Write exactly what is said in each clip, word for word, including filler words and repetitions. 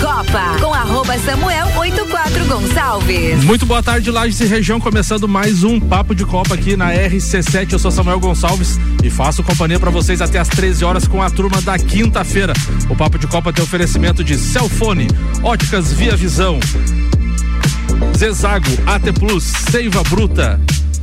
Copa, com arroba Samuel oitenta e quatro Gonçalves. Muito boa tarde, Lages e região, começando mais um Papo de Copa aqui na R C sete. Eu sou Samuel Gonçalves e faço companhia para vocês até as treze horas com a turma da quinta-feira. O Papo de Copa tem oferecimento de Celfone, Óticas Via Visão, Zezago, A T Plus, Seiva Bruta.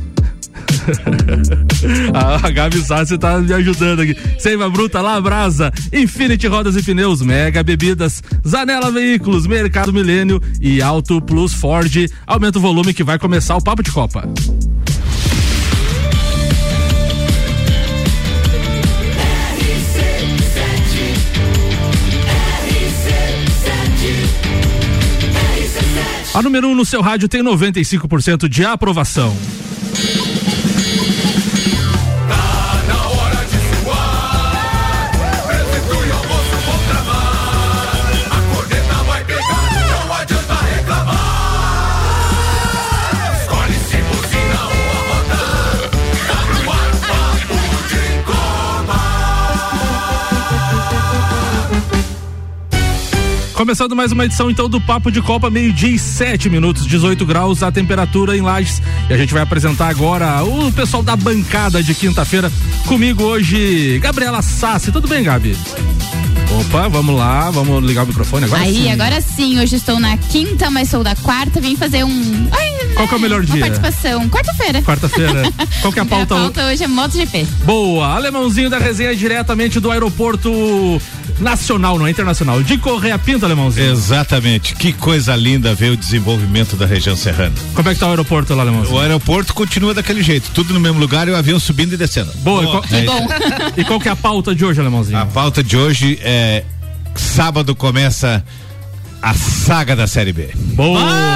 A Gabi Sassi tá me ajudando aqui. Seiva Bruta, Labrasa, Infinity Rodas e Pneus, Mega Bebidas, Zanela Veículos, Mercado Milênio e Auto Plus Ford. Aumenta o volume que vai começar o Papo de Copa. A número um no seu rádio tem noventa e cinco por cento de aprovação. Começando mais uma edição então do Papo de Copa, meio-dia e sete minutos, dezoito graus a temperatura em Lages. E a gente vai apresentar agora o pessoal da bancada de quinta-feira. Comigo hoje, Gabriela Sassi. Tudo bem, Gabi? Opa, vamos lá, vamos ligar o microfone agora. Aí, sim. agora sim, hoje estou na quinta, mas sou da quarta, vim fazer um... Ai, qual que é o melhor dia? Uma participação, quarta-feira. Quarta-feira. Qual que é a pauta? A pauta hoje é MotoGP. Boa, alemãozinho da resenha diretamente do aeroporto nacional, não é internacional, de Correia Pinto, alemãozinho. Exatamente, que coisa linda ver o desenvolvimento da região serrana. Como é que tá o aeroporto lá, alemãozinho? O aeroporto continua daquele jeito, tudo no mesmo lugar e o avião subindo e descendo. Boa, Boa. E, qual, é. Bom. E qual que é a pauta de hoje, alemãozinho? A pauta de hoje é sábado começa a saga da Série B. Boa!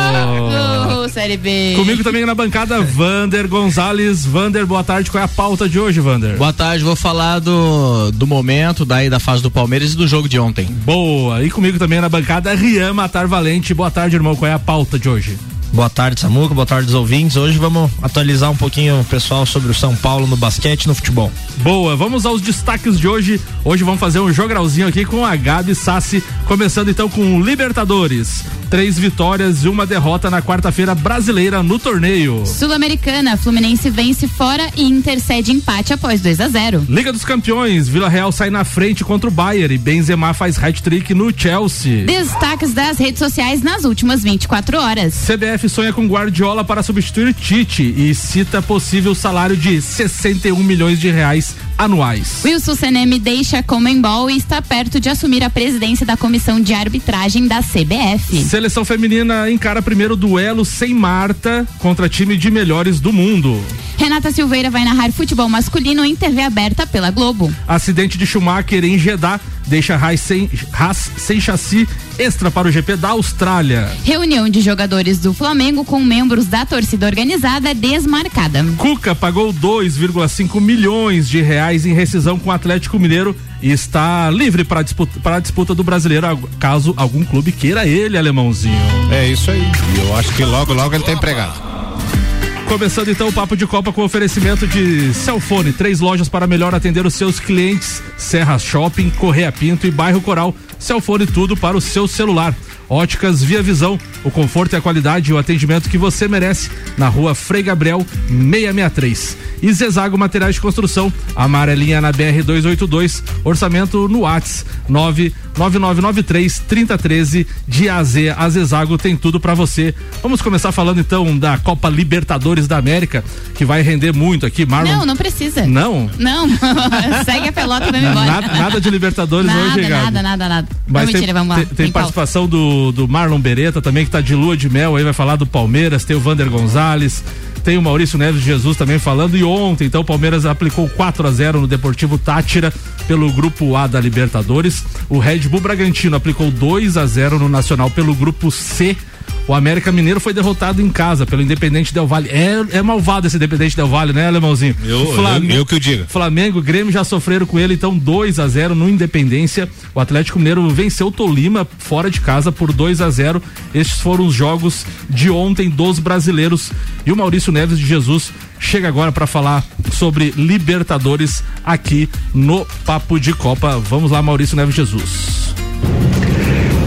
Oh, Série B. Comigo também na bancada, Vander Gonzalez. Vander, boa tarde. Qual é a pauta de hoje, Vander? Boa tarde, vou falar do, do momento, daí da fase do Palmeiras e do jogo de ontem. Boa! E comigo também na bancada, Rian Matar Valente. Boa tarde, irmão. Qual é a pauta de hoje? Boa tarde, Samuca, boa tarde, os ouvintes. Hoje vamos atualizar um pouquinho o pessoal sobre o São Paulo no basquete e no futebol. Boa, vamos aos destaques de hoje. Hoje vamos fazer um jogralzinho aqui com a Gabi Sassi, começando então com Libertadores. Três vitórias e uma derrota na quarta-feira brasileira no torneio. Sul-Americana, Fluminense vence fora e intercede empate após dois a zero. Liga dos Campeões, Vila Real sai na frente contra o Bayern e Benzema faz hat-trick no Chelsea. Destaques das redes sociais nas últimas vinte e quatro horas. C B F sonha com Guardiola para substituir Tite e cita possível salário de sessenta e um milhões de reais anuais. Wilson Seneme deixa a Conmebol e está perto de assumir a presidência da comissão de arbitragem da C B F. Seleção feminina encara primeiro duelo sem Marta contra time de melhores do mundo. Renata Silveira vai narrar futebol masculino em T V aberta pela Globo. Acidente de Schumacher em Jeddah deixa Haas sem, Haas sem chassi extra para o G P da Austrália. Reunião de jogadores do Flamengo com membros da torcida organizada desmarcada. Cuca pagou dois vírgula cinco milhões de reais em rescisão com o Atlético Mineiro e está livre para a disputa, para a disputa do Brasileiro, caso algum clube queira ele, alemãozinho. É isso aí. E eu acho que logo, logo ele tá empregado. Começando então o Papo de Copa com oferecimento de Celfone, três lojas para melhor atender os seus clientes: Serra Shopping, Correia Pinto e Bairro Coral. Celfone, tudo para o seu celular. Óticas Via Visão, o conforto e a qualidade e o atendimento que você merece, na rua Frei Gabriel seiscentos e sessenta e três. E Zezago Materiais de Construção, amarelinha na B R duzentos e oitenta e dois, orçamento no WhatsApp nove nove nove nove três, três zero um três. De A a Z, a Zezago tem tudo pra você. Vamos começar falando então da Copa Libertadores da América, que vai render muito aqui, Marlon. Não, não precisa. Não? Não, segue a pelota e vamos embora. Nada, nada de Libertadores nada, hoje, Gabi. Nada, nada, nada. Mas não, tem, mentira, vamos lá. tem, tem participação do, do Marlon Beretta também, que tá de lua de mel aí, vai falar do Palmeiras, tem o Vander Gonzalez, tem o Maurício Neves de Jesus também falando. E ontem, então, o Palmeiras aplicou quatro a zero no Deportivo Táchira pelo grupo A da Libertadores. O Red Bull Bragantino aplicou dois a zero no Nacional pelo grupo C. O América Mineiro foi derrotado em casa pelo Independente Del Valle. É, é malvado esse Independente Del Valle, né, alemãozinho? Eu, Flamengo, eu, eu que eu digo. Flamengo, Grêmio já sofreram com ele, então dois a zero no Independência. O Atlético Mineiro venceu o Tolima fora de casa por dois a zero. Estes foram os jogos de ontem dos brasileiros. E o Maurício Neves de Jesus chega agora para falar sobre Libertadores aqui no Papo de Copa. Vamos lá, Maurício Neves de Jesus.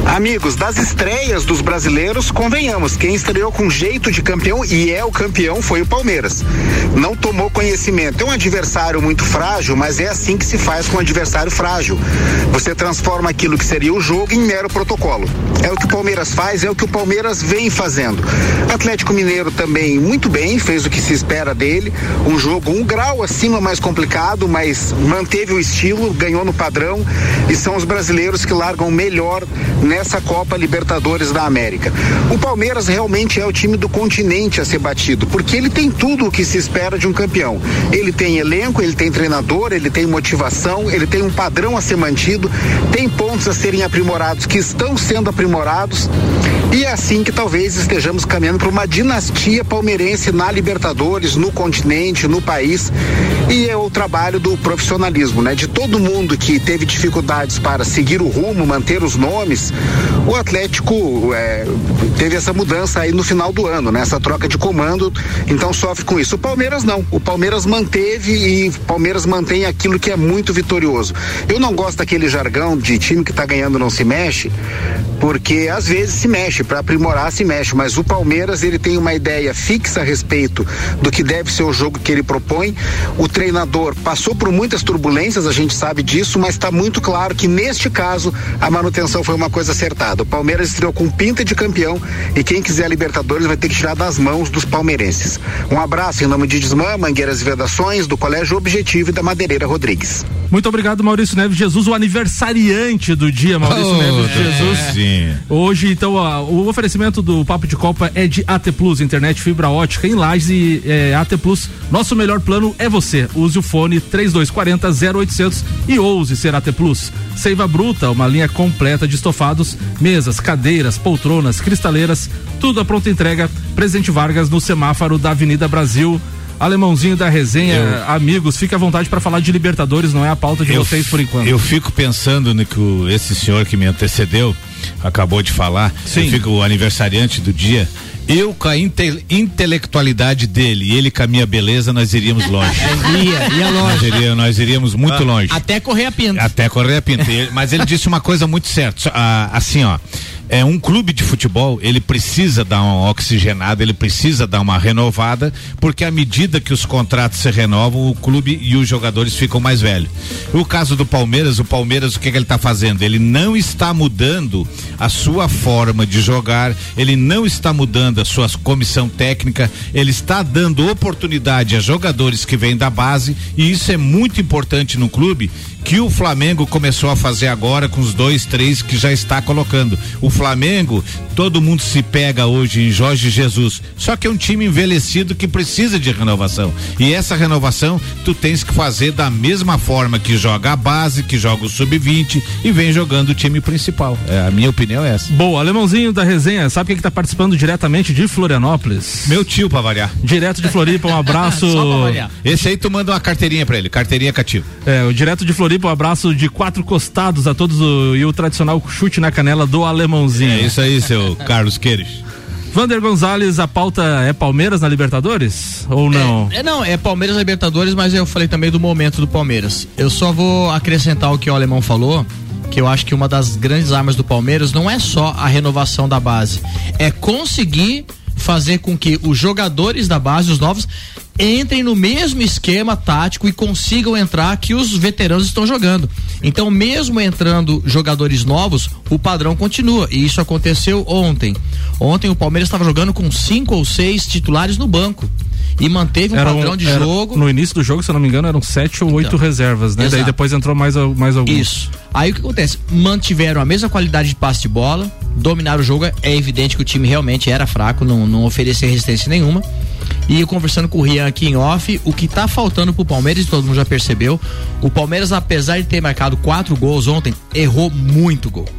Amigos, das estreias dos brasileiros, convenhamos, quem estreou com jeito de campeão e é o campeão foi o Palmeiras. Não tomou conhecimento. É um adversário muito frágil, mas é assim que se faz com um adversário frágil. Você transforma aquilo que seria o jogo em mero protocolo. É o que o Palmeiras faz, é o que o Palmeiras vem fazendo. Atlético Mineiro também muito bem, fez o que se espera dele. Um jogo um grau acima mais complicado, mas manteve o estilo, ganhou no padrão, e são os brasileiros que largam melhor nessa Copa Libertadores da América. O Palmeiras realmente é o time do continente a ser batido, porque ele tem tudo o que se espera de um campeão. Ele tem elenco, ele tem treinador, ele tem motivação, ele tem um padrão a ser mantido, tem pontos a serem aprimorados que estão sendo aprimorados, e é assim que talvez estejamos caminhando para uma dinastia palmeirense na Libertadores, no continente, no país. E é o trabalho do profissionalismo, né? De todo mundo que teve dificuldades para seguir o rumo, manter os nomes. O Atlético é, teve essa mudança aí no final do ano, né? Essa troca de comando, então sofre com isso. O Palmeiras não, o Palmeiras manteve, e o Palmeiras mantém aquilo que é muito vitorioso. Eu não gosto daquele jargão de time que tá ganhando não se mexe, porque às vezes se mexe, para aprimorar se mexe, mas o Palmeiras, ele tem uma ideia fixa a respeito do que deve ser o jogo que ele propõe. O treinador passou por muitas turbulências, a gente sabe disso, mas está muito claro que neste caso a manutenção foi uma coisa acertada. O Palmeiras estreou com pinta de campeão, e quem quiser a Libertadores vai ter que tirar das mãos dos palmeirenses. Um abraço em nome de Desmã, Mangueiras e Vedações, do Colégio Objetivo e da Madeireira Rodrigues. Muito obrigado, Maurício Neves Jesus, o aniversariante do dia, Maurício oh, Neves Jesus. Sim. Hoje, então, ó, o oferecimento do Papo de Copa é de A T Plus, internet fibra ótica em Lages, e é, A T Plus, nosso melhor plano é você. Use o fone trinta e dois quarenta, zero oitocentos e ouse ser A T Plus. Seiva Bruta, uma linha completa de estofados, mesas, cadeiras, poltronas, cristaleiras, tudo a pronta entrega. Presidente Vargas, no semáforo da Avenida Brasil. Alemãozinho da resenha, eu, amigos, fique à vontade para falar de Libertadores, não é a pauta de eu, vocês por enquanto. Eu fico pensando no que o, esse senhor que me antecedeu acabou de falar. Sim. Eu fico o aniversariante do dia. Eu com a inte, intelectualidade dele e ele com a minha beleza, nós iríamos longe. ia, ia longe. Nós iríamos, nós iríamos muito ah, longe. Até correr a pinta. Até correr a pinta. Mas ele disse uma coisa muito certa. Ah, assim, ó. É um clube de futebol, ele precisa dar uma oxigenada, ele precisa dar uma renovada, porque à medida que os contratos se renovam, o clube e os jogadores ficam mais velhos. O caso do Palmeiras, o Palmeiras, o que, que ele está fazendo? Ele não está mudando a sua forma de jogar, ele não está mudando a sua comissão técnica, ele está dando oportunidade a jogadores que vêm da base, e isso é muito importante no clube, que o Flamengo começou a fazer agora com os dois, três que já está colocando. O Flamengo, todo mundo se pega hoje em Jorge Jesus, só que é um time envelhecido que precisa de renovação, e essa renovação tu tens que fazer da mesma forma que joga a base, que joga o sub vinte e vem jogando o time principal. É, a minha opinião é essa. Boa, Alemãozinho da resenha, sabe quem que tá participando diretamente de Florianópolis? Meu tio, pra variar. Direto de Floripa, um abraço. Só pra variar. Esse aí tu manda uma carteirinha pra ele, carteirinha cativo. É, o direto de Floripa, um abraço de quatro costados a todos, o, e o tradicional chute na canela do Alemãozinho. É isso aí, seu Carlos Queiroz. Vander Gonzalez, a pauta é Palmeiras na Libertadores? Ou não? É, é, não, é Palmeiras na Libertadores, mas eu falei também do momento do Palmeiras. Eu só vou acrescentar o que o Alemão falou, que eu acho que uma das grandes armas do Palmeiras não é só a renovação da base, é conseguir fazer com que os jogadores da base, os novos, entrem no mesmo esquema tático e consigam entrar que os veteranos estão jogando. Então, mesmo entrando jogadores novos, o padrão continua, e isso aconteceu ontem. Ontem o Palmeiras estava jogando com cinco ou seis titulares no banco e manteve um era padrão um, de jogo. No início do jogo, se eu não me engano, eram sete ou oito então, reservas, né? Exato. Daí depois entrou mais, mais alguns. Isso. Aí o que acontece? Mantiveram a mesma qualidade de passe de bola, dominaram o jogo. É evidente que o time realmente era fraco, não, não oferecia resistência nenhuma. E eu conversando com o Rian aqui em off, o que tá faltando pro Palmeiras, todo mundo já percebeu, o Palmeiras, apesar de ter marcado quatro gols ontem, errou muito gol.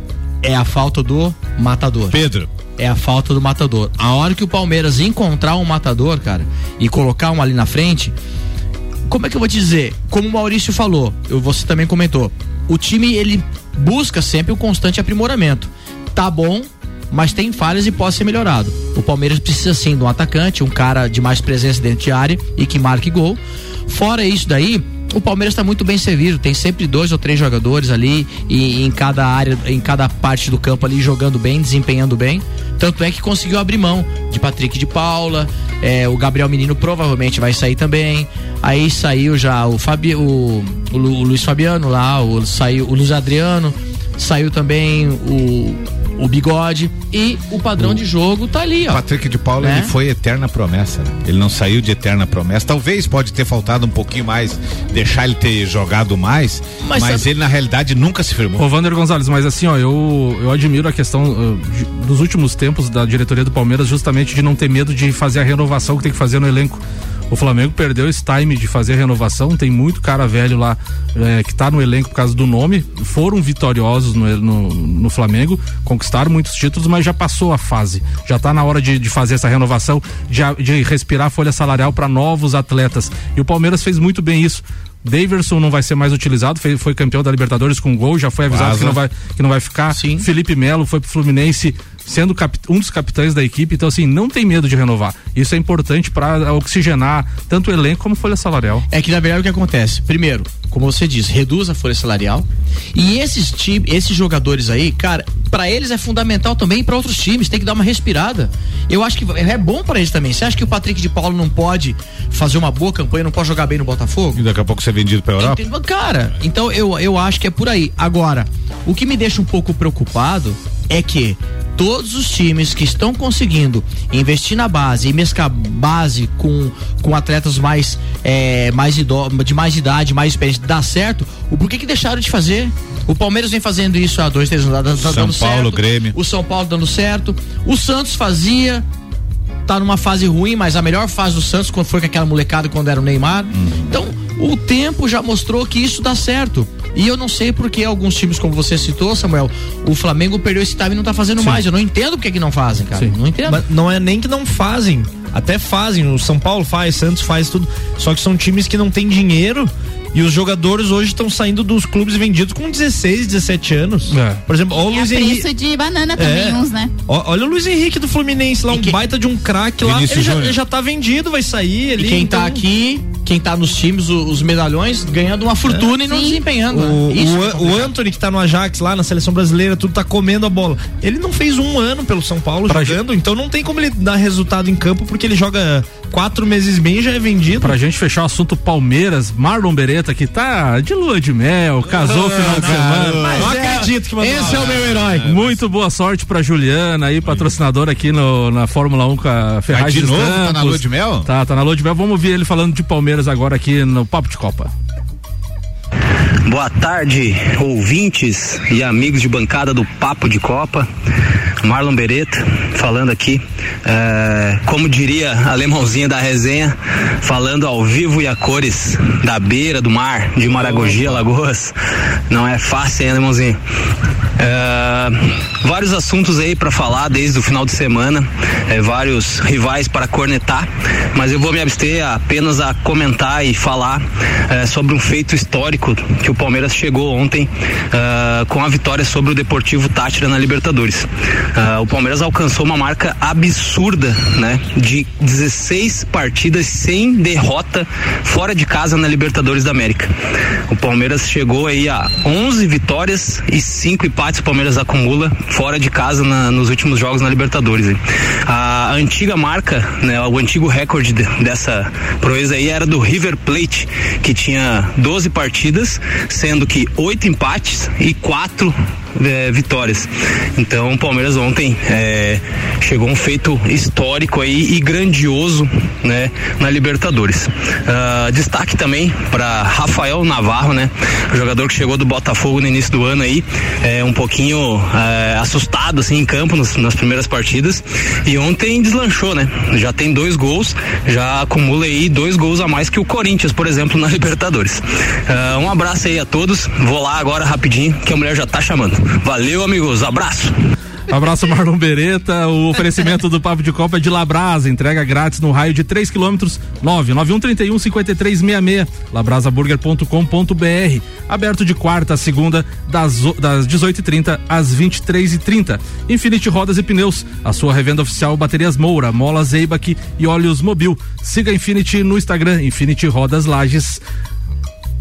É a falta do matador. Pedro. É a falta do matador. A hora que o Palmeiras encontrar um matador, cara, e colocar um ali na frente, como é que eu vou te dizer? Como o Maurício falou, você também comentou, o time, ele busca sempre o constante aprimoramento. Tá bom, mas tem falhas e pode ser melhorado. O Palmeiras precisa sim de um atacante, um cara de mais presença dentro de área e que marque gol. Fora isso daí, o Palmeiras está muito bem servido, tem sempre dois ou três jogadores ali e, em cada área, em cada parte do campo ali jogando bem, desempenhando bem, tanto é que conseguiu abrir mão de Patrick de Paula, é, o Gabriel Menino provavelmente vai sair também, aí saiu já o, Fabi, o, o, Lu, o Luiz Fabiano lá, o, saiu o Luiz Adriano, saiu também o o Bigode e o padrão o de jogo tá ali, ó. Patrick de Paula, né? Ele foi eterna promessa, né? Ele não saiu de eterna promessa, talvez pode ter faltado um pouquinho mais, deixar ele ter jogado mais, mas, mas sabe... ele na realidade nunca se firmou. Ô Wander Gonzalez, mas assim, ó, eu, eu admiro a questão uh, dos últimos tempos da diretoria do Palmeiras, justamente de não ter medo de fazer a renovação que tem que fazer no elenco. O Flamengo perdeu esse time de fazer a renovação, tem muito cara velho lá é, que tá no elenco por causa do nome, foram vitoriosos no, no, no Flamengo, conquistaram muitos títulos, mas já passou a fase, já tá na hora de, de fazer essa renovação, de, de respirar a folha salarial para novos atletas, e o Palmeiras fez muito bem isso. Daverson não vai ser mais utilizado, foi, foi campeão da Libertadores com gol, já foi avisado que não vai, que não vai ficar. Sim. Felipe Melo foi pro Fluminense sendo cap, um dos capitães da equipe, então assim, não tem medo de renovar. Isso é importante para oxigenar tanto o elenco como a folha salarial. É que na verdade o que acontece? Primeiro, como você disse, reduz a folha salarial e esses times, esses jogadores aí, cara, para eles é fundamental também, para outros times, tem que dar uma respirada. Eu acho que é bom para eles também. Você acha que o Patrick de Paulo não pode fazer uma boa campanha, não pode jogar bem no Botafogo? E daqui a pouco ser vendido pra Europa? Entendo, cara, então eu, eu acho que é por aí. Agora, o que me deixa um pouco preocupado é que todos os times que estão conseguindo investir na base e mesclar base com, com atletas mais, é, mais ido, de mais idade, mais experiência, dá certo, o porquê que deixaram de fazer? O Palmeiras vem fazendo isso há dois, três anos, tá dando certo. São Paulo, Grêmio. O São Paulo dando certo. O Santos fazia, tá numa fase ruim, mas a melhor fase do Santos quando foi com aquela molecada quando era o Neymar. Hum. Então, o tempo já mostrou que isso dá certo. E eu não sei porque alguns times, como você citou, Samuel, o Flamengo perdeu esse time e não tá fazendo Sim. mais. Eu não entendo porque que não fazem, cara. Sim. Não entendo. Mas não é nem que não fazem, até fazem. O São Paulo faz, Santos faz tudo. Só que são times que não têm dinheiro. E os jogadores hoje estão saindo dos clubes vendidos com dezesseis, dezessete anos. É. Por exemplo, ó, o Luiz Henrique. preço de banana também, é. uns, né? Ó, olha o Luiz Henrique do Fluminense lá, um que... baita de um craque lá. Ele já, ele já tá vendido, vai sair ali. E quem então... tá aqui, quem tá nos times, os medalhões, ganhando uma fortuna é. e não Sim. desempenhando. O, né? Isso o, o Anthony, que tá no Ajax lá, na seleção brasileira, tudo tá comendo a bola. Ele não fez um ano pelo São Paulo pra jogando, gente... então não tem como ele dar resultado em campo, porque ele joga quatro meses bem e já é vendido. Pra gente fechar o assunto Palmeiras, Marlon Beretta, que tá de lua de mel, casou ah, final de semana. Mas não é, acredito que mandou. Esse é o meu herói. Muito boa sorte pra Juliana aí, patrocinadora aqui no, na Fórmula um com a Ferrari. De novo, tá na lua de mel? Tá, tá na lua de mel. Vamos ouvir ele falando de Palmeiras agora aqui no Papo de Copa. Boa tarde, ouvintes e amigos de bancada do Papo de Copa. Marlon Beretta falando aqui, é, como diria Alemãozinho da resenha, falando ao vivo e a cores da beira do mar de Maragogi, Alagoas. Não é fácil, hein, Alemãozinho? É, vários assuntos aí para falar desde o final de semana, é, vários rivais para cornetar, mas eu vou me abster apenas a comentar e falar é, sobre um feito histórico que o Palmeiras chegou ontem é, com a vitória sobre o Deportivo Táchira na Libertadores. Uh, o Palmeiras alcançou uma marca absurda, né? De dezesseis partidas sem derrota fora de casa na Libertadores da América. O Palmeiras chegou aí a onze vitórias e cinco empates. O Palmeiras acumula fora de casa na, nos últimos jogos na Libertadores. Hein? A antiga marca, né? O antigo recorde de, dessa proeza aí era do River Plate, que tinha doze partidas, sendo que oito empates e quatro É, vitórias. Então o Palmeiras ontem é, chegou um feito histórico aí e grandioso, né, na Libertadores. Uh, destaque também para Rafael Navarro, né, o jogador que chegou do Botafogo no início do ano aí, é, um pouquinho é, assustado assim em campo nos, nas primeiras partidas, e ontem deslanchou, né, já tem dois gols, já acumula aí dois gols a mais que o Corinthians, por exemplo, na Libertadores. Uh, um abraço aí a todos, vou lá agora rapidinho que a mulher já tá chamando. Valeu, amigos, abraço. Abraço, Marlon Beretta. O oferecimento do Papo de Copa é de Labrasa, entrega grátis no raio de três quilômetros, nove nove um, trinta e um, cinquenta e três sessenta e seis, labrasa burger ponto com ponto b r. Aberto de quarta a segunda, das, das dezoito e trinta às vinte e três e trinta. Infinity Rodas e Pneus, a sua revenda oficial Baterias Moura, Molas Eibach e Óleos Mobil. Siga a Infinity no Instagram, Infinity Rodas Lages.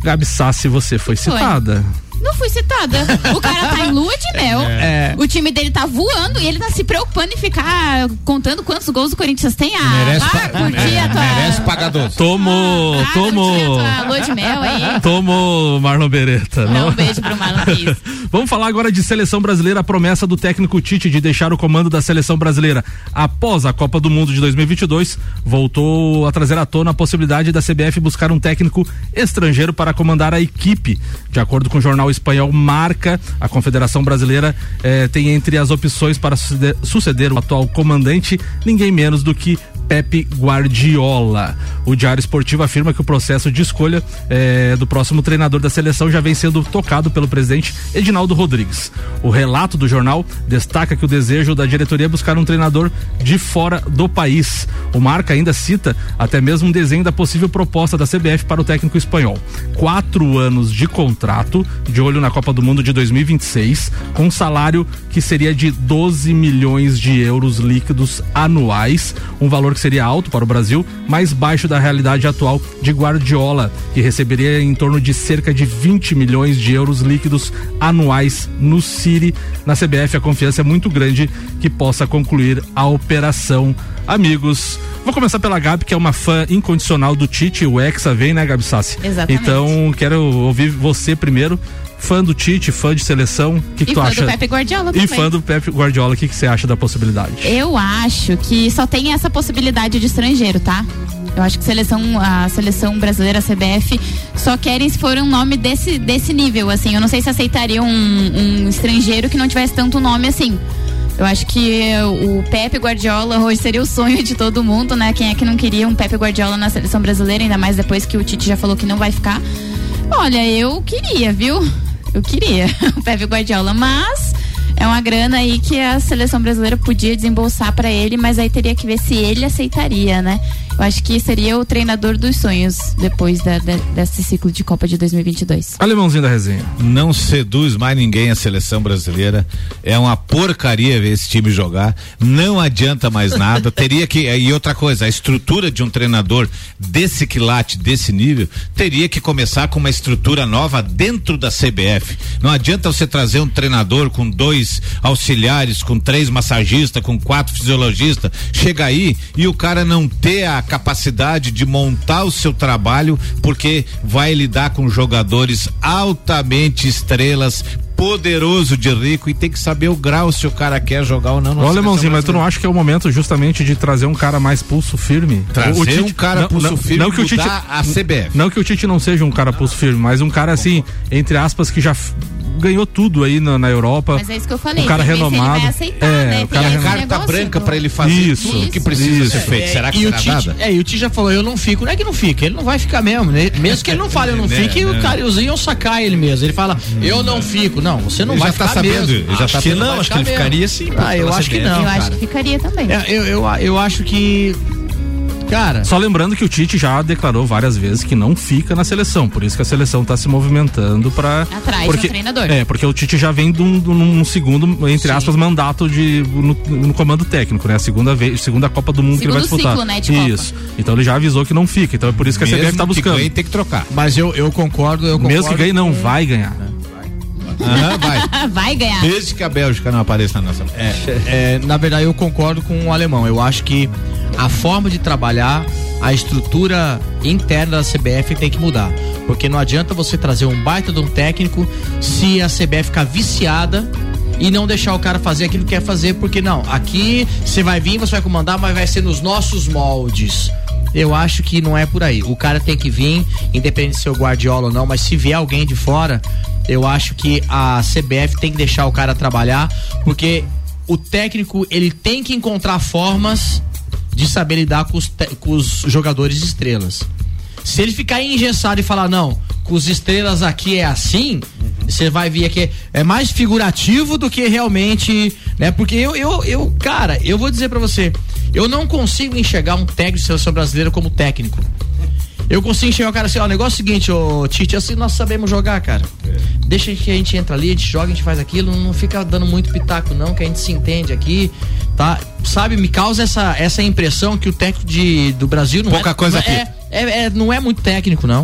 Gabi Sassi, você foi citada. Foi. Não fui citada. O cara tá em lua de mel. É. O time dele tá voando e ele tá se preocupando em ficar contando quantos gols o Corinthians tem. Ah, merece, vai pa curtir a tua... merece pagador. Tomou, ah, tomou. A tua lua de mel aí. Tomou, Marlon Beretta. Não, um beijo pro Marlon Pires. Vamos falar agora de seleção brasileira. A promessa do técnico Tite de deixar o comando da seleção brasileira após a Copa do Mundo de dois mil e vinte e dois voltou a trazer à tona a possibilidade da C B F buscar um técnico estrangeiro para comandar a equipe. De acordo com o jornal espanhol Marca, a Confederação Brasileira eh, tem entre as opções para suceder, suceder o atual comandante ninguém menos do que Pepe Guardiola. O Diário Esportivo afirma que o processo de escolha eh, do próximo treinador da seleção já vem sendo tocado pelo presidente Edinaldo Rodrigues. O relato do jornal destaca que o desejo da diretoria é buscar um treinador de fora do país. O Marca ainda cita até mesmo um desenho da possível proposta da C B F para o técnico espanhol. Quatro anos de contrato, de olho na Copa do Mundo de dois mil e vinte e seis, com um salário que seria de doze milhões de euros líquidos anuais, um valor que seria alto para o Brasil, mais baixo da realidade atual de Guardiola, que receberia em torno de cerca de vinte milhões de euros líquidos anuais no City. Na C B F a confiança é muito grande que possa concluir a operação. Amigos, vou começar pela Gabi, que é uma fã incondicional do Tite, o Hexa vem, né, Gabi Sassi? Exatamente. Então, quero ouvir você primeiro, fã do Tite, fã de seleção, o que, que tu acha? E fã do Pepe Guardiola também. E fã do Pepe Guardiola, o que, que você acha da possibilidade? Eu acho que só tem essa possibilidade de estrangeiro, tá? Eu acho que seleção, a seleção brasileira, a C B F, só querem se for um nome desse, desse nível, assim. Eu não sei se aceitariam um, um estrangeiro que não tivesse tanto nome assim. Eu acho que o Pepe Guardiola hoje seria o sonho de todo mundo, né? Quem é que não queria um Pepe Guardiola na seleção brasileira, ainda mais depois que o Tite já falou que não vai ficar. Olha, eu queria, viu? Eu queria o Pepe Guardiola, mas é uma grana aí que a seleção brasileira podia desembolsar pra ele, mas aí teria que ver se ele aceitaria, né? Eu acho que seria o treinador dos sonhos depois da, da, desse ciclo de Copa de dois mil e vinte e dois. Alemãozinho da resenha. Não seduz mais ninguém a seleção brasileira. É uma porcaria ver esse time jogar. Não adianta mais nada. Teria que. E outra coisa, a estrutura de um treinador desse quilate, desse nível, teria que começar com uma estrutura nova dentro da C B F. Não adianta você trazer um treinador com dois auxiliares, com três massagistas, com quatro fisiologistas. Chega aí e o cara não ter a capacidade de montar o seu trabalho, porque vai lidar com jogadores altamente estrelas, poderoso de rico, e tem que saber o grau se o cara quer jogar ou não. Olha, Alemãozinho, mas tu não acha que é o momento justamente de trazer um cara mais pulso firme? Trazer o Tite, um cara não, pulso não, firme não que o Tite, a C B F. Não que o Tite não seja um cara pulso firme, mas um cara assim, entre aspas, que já ganhou tudo aí na, na Europa. Mas é isso que eu falei. Um cara renomado. Ele vai aceitar, é, né? o cara Tem a carta branca pra ele fazer isso, tudo isso, que precisa isso. ser feito. É, Será que e será o Tite, nada? É, e o Tite já falou, eu não fico. Não é que não fica, ele não vai ficar mesmo, né? Mesmo que ele não fale, eu não É, fique, é. o cara iam sacar ele mesmo. Ele fala, eu não fico. Não, você não Ele vai já tá ficar sabendo, mesmo. ele já Acho tá que sabendo. não, Acho que ele mesmo. ficaria sim. Ah, eu acho que não, Eu cara. acho que ficaria também. É, eu, eu, eu acho que, cara... Só lembrando que o Tite já declarou várias vezes que não fica na seleção, por isso que a seleção tá se movimentando pra... Atrás porque, do treinador. É, porque o Tite já vem de um, de um segundo, entre Sim. aspas, mandato de, no, no comando técnico, né? A segunda vez, segunda Copa do Mundo Segundo que ele vai disputar. ciclo, né, de Copa. Isso. Então ele já avisou que não fica, então é por isso que a C B F tá buscando. Que ganhe, tem que trocar. Mas eu, eu concordo, eu concordo. Mesmo que ganhe, não com- vai ganhar. Aham, vai. Vai ganhar. Desde que a Bélgica não apareça na nossa. É, é, na verdade, eu concordo com o alemão. Eu acho que a forma de trabalhar, a estrutura interna da C B F tem que mudar. Porque não adianta você trazer um baita de um técnico se a C B F ficar viciada e não deixar o cara fazer aquilo que quer fazer, porque não, aqui você vai vir, você vai comandar, mas vai ser nos nossos moldes. Eu acho que não é por aí. O cara tem que vir, independente se é o Guardiola ou não, mas se vier alguém de fora, eu acho que a C B F tem que deixar o cara trabalhar, porque o técnico, ele tem que encontrar formas de saber lidar com os, te- com os jogadores estrelas. Se ele ficar engessado e falar, não, com os estrelas aqui é assim, você vai ver que é mais figurativo do que realmente, né? Porque eu, eu, eu cara, eu vou dizer pra você, eu não consigo enxergar um técnico de seleção brasileira como técnico. Eu consigo enxergar o cara assim, ó, o negócio é o seguinte, ô Tite, assim nós sabemos jogar, cara. Deixa que a gente entra ali, a gente joga, a gente faz aquilo, não fica dando muito pitaco não, que a gente se entende aqui, tá? Sabe, me causa essa, essa impressão que o técnico de, do Brasil não Pouca é... coisa não é, é, é, não é muito técnico, não.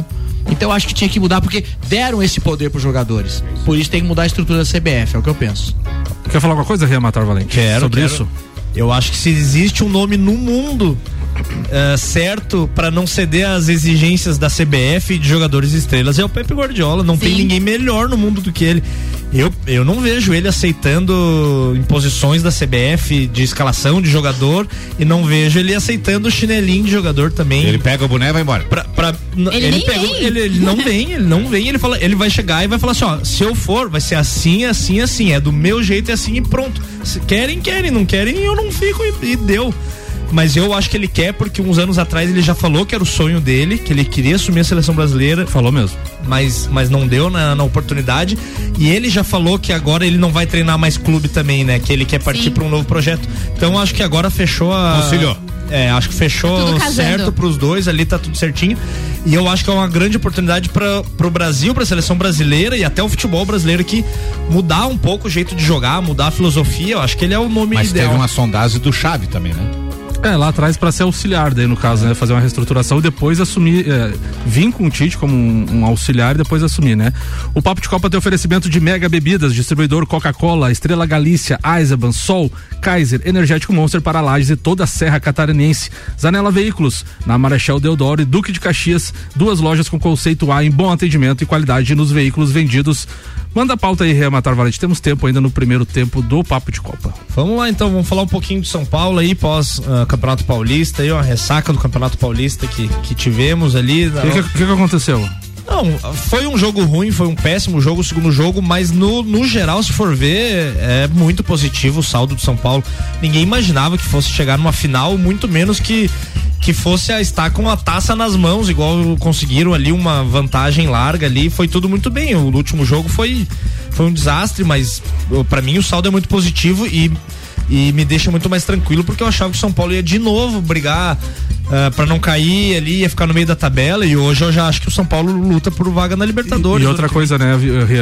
Então eu acho que tinha que mudar porque deram esse poder pros jogadores. Por isso tem que mudar a estrutura da C B F, é o que eu penso. Quer falar alguma coisa, Rian Matar Valente? Quero, sobre quero. isso? Eu acho que se existe um nome no mundo uh, certo para não ceder às exigências da C B F de jogadores estrelas, é o Pepe Guardiola. Não Sim. tem ninguém melhor no mundo do que ele. Eu, eu não vejo ele aceitando imposições da C B F de escalação de jogador e não vejo ele aceitando o chinelinho de jogador também. Ele pega o boné e vai embora. Pra, pra, ele ele, pega, ele, ele não vem, ele não vem, ele fala, ele vai chegar e vai falar assim, ó, se eu for, vai ser assim, assim, assim, é do meu jeito, é assim e pronto. Se querem, querem, não querem, eu não fico e, e deu. Mas eu acho que ele quer porque uns anos atrás ele já falou que era o sonho dele, que ele queria assumir a seleção brasileira. Falou mesmo. Mas, mas não deu na, na oportunidade. E ele já falou que agora ele não vai treinar mais clube também, né? Que ele quer partir para um novo projeto. Então acho que agora fechou a... Conciliou. É, acho que fechou tá certo pros dois, ali tá tudo certinho. E eu acho que é uma grande oportunidade para pro Brasil, pra seleção brasileira e até o futebol brasileiro aqui mudar um pouco o jeito de jogar, mudar a filosofia. Eu acho que ele é o nome Mas ideal. Mas teve uma sondagem do Xavi também, né? É, lá atrás para ser auxiliar daí no caso, né? Fazer uma reestruturação e depois assumir, é, vir com o Tite como um, um auxiliar e depois assumir, né? O Papo de Copa tem oferecimento de Mega Bebidas, distribuidor Coca-Cola, Estrela Galícia, Eisenbahn, Sol, Kaiser, Energético Monster para Lages e toda a Serra Catarinense. Zanela Veículos, na Marechal Deodoro e Duque de Caxias, duas lojas com conceito A em bom atendimento e qualidade nos veículos vendidos. Manda a pauta aí, Rian Matar Valente. Temos tempo ainda no primeiro tempo do Papo de Copa. Vamos lá então, vamos falar um pouquinho de São Paulo aí, pós uh, Campeonato Paulista, aí, uma ressaca do Campeonato Paulista que, que tivemos ali. O que, que, que aconteceu? Não, foi um jogo ruim, foi um péssimo jogo, o segundo jogo, mas no, no geral, se for ver, é muito positivo o saldo do São Paulo. Ninguém imaginava que fosse chegar numa final, muito menos que que fosse a estar com a taça nas mãos, igual conseguiram ali uma vantagem larga ali, foi tudo muito bem. O último jogo foi, foi um desastre, mas pra mim o saldo é muito positivo e, e me deixa muito mais tranquilo, porque eu achava que o São Paulo ia de novo brigar uh, pra não cair ali, ia ficar no meio da tabela, e hoje eu já acho que o São Paulo luta por vaga na Libertadores. E, e outra coisa, né,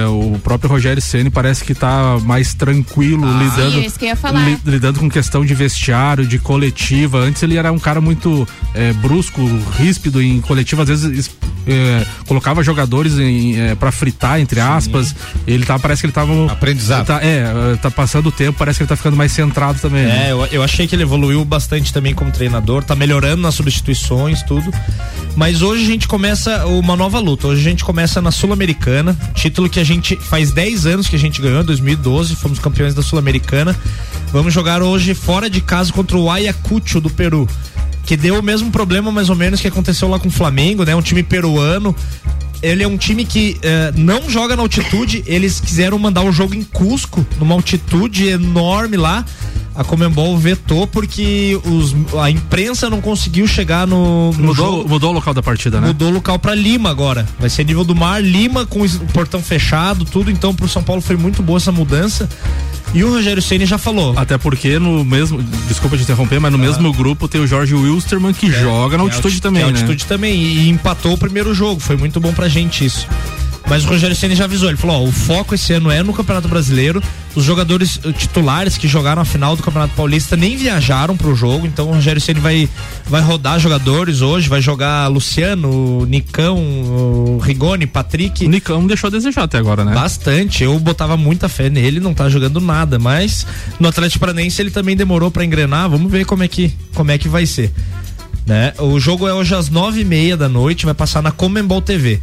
o próprio Rogério Ceni parece que tá mais tranquilo, ah, lidando, sim, é isso que eu ia falar. Li, lidando com questão de vestiário, de coletiva. Antes ele era um cara muito é, brusco, ríspido em coletiva, às vezes é, colocava jogadores em, é, pra fritar, entre aspas. Sim. Ele tá, parece que ele tava aprendizado. Tá, é, tá passando o tempo, parece que ele tá ficando mais centrado também. É, né? eu, eu achei que ele evoluiu bastante também como treinador, tá melhorando nas substituições, tudo. Mas hoje a gente começa uma nova luta. Hoje a gente começa na Sul-Americana, título que a gente faz dez anos que a gente ganhou, em dois mil e doze, fomos campeões da Sul-Americana. Vamos jogar hoje fora de casa contra o Ayacucho do Peru, que deu o mesmo problema mais ou menos que aconteceu lá com o Flamengo, né? Um time peruano. Ele é um time que eh, não joga na altitude. Eles quiseram mandar o jogo em Cusco, numa altitude enorme lá. A Conmebol vetou porque os, a imprensa não conseguiu chegar no, no mudou, jogo. Mudou o local da partida, né? Mudou o local pra Lima agora. Vai ser nível do mar, Lima com o portão fechado, tudo. Então pro São Paulo foi muito boa essa mudança. E o Rogério Ceni já falou. Até porque no mesmo, desculpa te interromper, mas no ah. mesmo grupo tem o Jorge Wilstermann que é, joga na altitude alti, também, é né? altitude também, e empatou o primeiro jogo, foi muito bom pra gente isso. Mas o Rogério Ceni já avisou, ele falou, ó, o foco esse ano é no Campeonato Brasileiro. Os jogadores titulares que jogaram a final do Campeonato Paulista nem viajaram pro jogo, então o Rogério Ceni vai, vai rodar jogadores hoje, vai jogar Luciano, Nicão, o Rigoni, Patrick. O Nicão deixou a desejar até agora, né? Bastante, eu botava muita fé nele, não tá jogando nada, mas no Atlético Paranaense ele também demorou pra engrenar, vamos ver como é que, como é que vai ser, né? O jogo é hoje às nove e meia da noite, vai passar na Conmebol T V.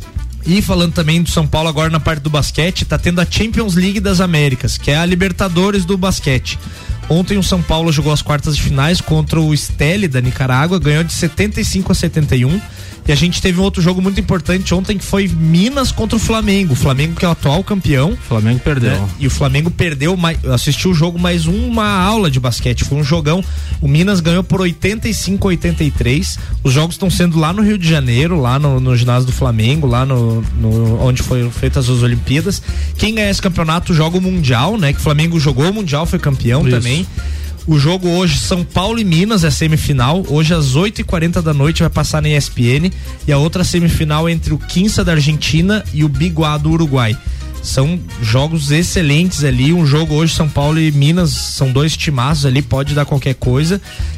E falando também do São Paulo agora na parte do basquete, tá tendo a Champions League das Américas, que é a Libertadores do basquete. Ontem o São Paulo jogou as quartas de finais contra o Esteli da Nicarágua, ganhou de setenta e cinco a setenta e um. E a gente teve um outro jogo muito importante ontem, que foi Minas contra o Flamengo. O Flamengo que é o atual campeão. O Flamengo perdeu. Né? E o Flamengo perdeu, assistiu o jogo mais uma aula de basquete. Foi um jogão. O Minas ganhou por oitenta e cinco a oitenta e três. Os jogos estão sendo lá no Rio de Janeiro, lá no, no ginásio do Flamengo, lá no, no onde foram feitas as Olimpíadas. Quem ganhar esse campeonato joga o Mundial, né? Que o Flamengo jogou o Mundial, foi campeão Isso. também. O jogo hoje, São Paulo e Minas, é semifinal. Hoje às oito e quarenta da noite vai passar na E S P N. E a outra semifinal é entre o Quinça da Argentina e o Biguá do Uruguai. São jogos excelentes ali. Um jogo hoje, São Paulo e Minas, são dois timaços ali, pode dar qualquer coisa.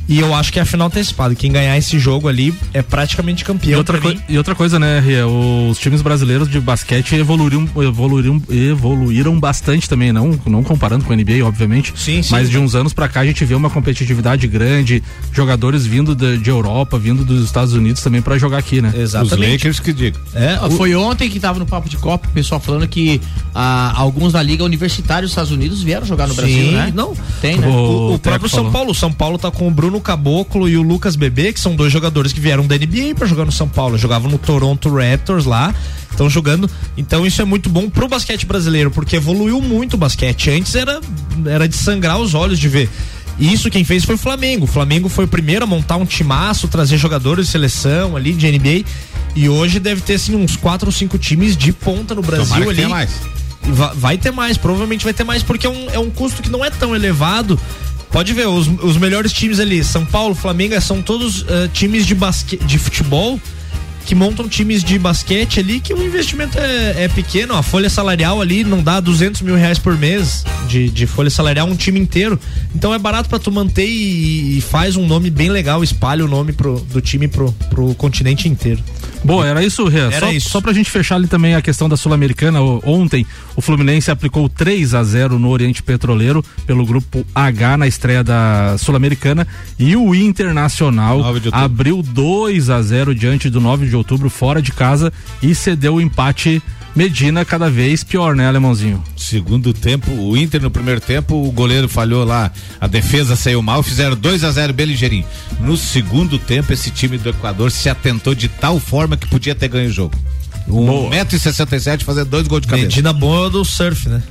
E eu acho que é a final antecipada. Quem ganhar esse jogo ali é praticamente campeão. E outra, coi- e outra coisa, né, Ria? Os times brasileiros de basquete evoluíram, evoluíram, evoluíram bastante também, não, não comparando com a N B A, obviamente. Sim, sim. Mas de uns anos pra cá a gente vê uma competitividade grande, jogadores vindo de, de Europa, vindo dos Estados Unidos também pra jogar aqui, né? Exatamente. Os Lakers que digo. É, o... Foi ontem que tava no Papo de Copa, o pessoal falando que ah, alguns da Liga Universitária dos Estados Unidos vieram jogar no sim, Brasil, né? Não, tem, né? O, O, o próprio São Paulo. O São Paulo tá com o Bruno Caboclo e o Lucas Bebê, que são dois jogadores que vieram da N B A pra jogar no São Paulo. Jogavam no Toronto Raptors lá, estão jogando. Então isso é muito bom pro basquete brasileiro, porque evoluiu muito o basquete. Antes era, era de sangrar os olhos de ver. Isso quem fez foi o Flamengo. O Flamengo foi o primeiro a montar um timaço, trazer jogadores de seleção ali de N B A. E hoje deve ter assim uns quatro ou cinco times de ponta no Brasil. Tomara que ali. tenha mais. Vai, vai ter mais, provavelmente vai ter mais, porque é um, é um custo que não é tão elevado. Pode ver, os, os melhores times ali, São Paulo, Flamengo, são todos uh, times de, basque, de futebol que montam times de basquete ali, que o investimento é, é pequeno, a folha salarial ali não dá duzentos mil reais por mês de, de folha salarial, um time inteiro. Então é barato pra tu manter e, e faz um nome bem legal, espalha o nome pro, do time pro, pro continente inteiro. Boa, era isso, Rê. Era só, isso. só pra gente fechar ali também a questão da Sul-Americana, ontem o Fluminense aplicou três a zero no Oriente Petroleiro pelo grupo H na estreia da Sul-Americana e o Internacional abriu dois a zero diante do nove de outubro fora de casa e cedeu o empate. Medina cada vez pior, né, Alemãozinho? Segundo tempo, o Inter no primeiro tempo, o goleiro falhou lá, a defesa saiu mal, fizeram dois a zero bem ligeirinho. No segundo tempo, esse time do Equador se atentou de tal forma que podia ter ganho o jogo. um metro e sessenta e sete fazer dois gols de cabeça. Medina boa do surf, né?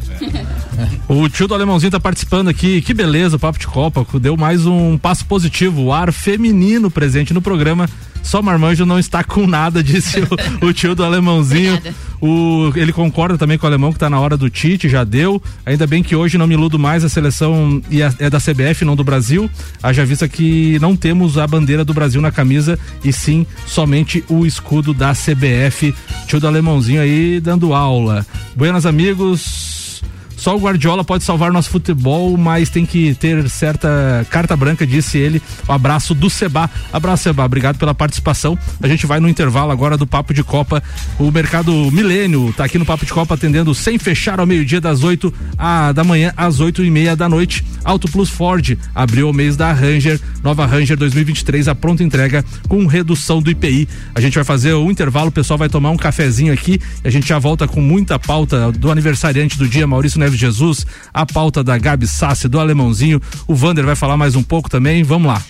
O tio do Alemãozinho tá participando aqui, que beleza, o Papo de Copa, deu mais um passo positivo, o ar feminino presente no programa. Só Marmanjo não está com nada, disse o, o tio do Alemãozinho. O, ele concorda também com o Alemão que tá na hora do Tite, já deu. Ainda bem que hoje não me iludo mais, a seleção e a, é da C B F, não do Brasil. Haja vista que não temos a bandeira do Brasil na camisa e sim somente o escudo da C B F. Tio do Alemãozinho aí dando aula. Buenas, amigos. Só o Guardiola pode salvar nosso futebol, mas tem que ter certa carta branca, disse ele. O abraço do Seba. Abraço, Seba. Obrigado pela participação. A gente vai no intervalo agora do Papo de Copa. O Mercado Milênio tá aqui no Papo de Copa atendendo sem fechar ao meio-dia, das oito a, da manhã às oito e meia da noite. Auto Plus Ford abriu o mês da Ranger. Nova Ranger dois mil e vinte e três, a pronta entrega com redução do I P I. A gente vai fazer o intervalo, o pessoal vai tomar um cafezinho aqui e a gente já volta com muita pauta do aniversariante do dia, Maurício Neves Jesus, a pauta da Gabi Sassi, do Alemãozinho. O Vander vai falar mais um pouco também. Vamos lá.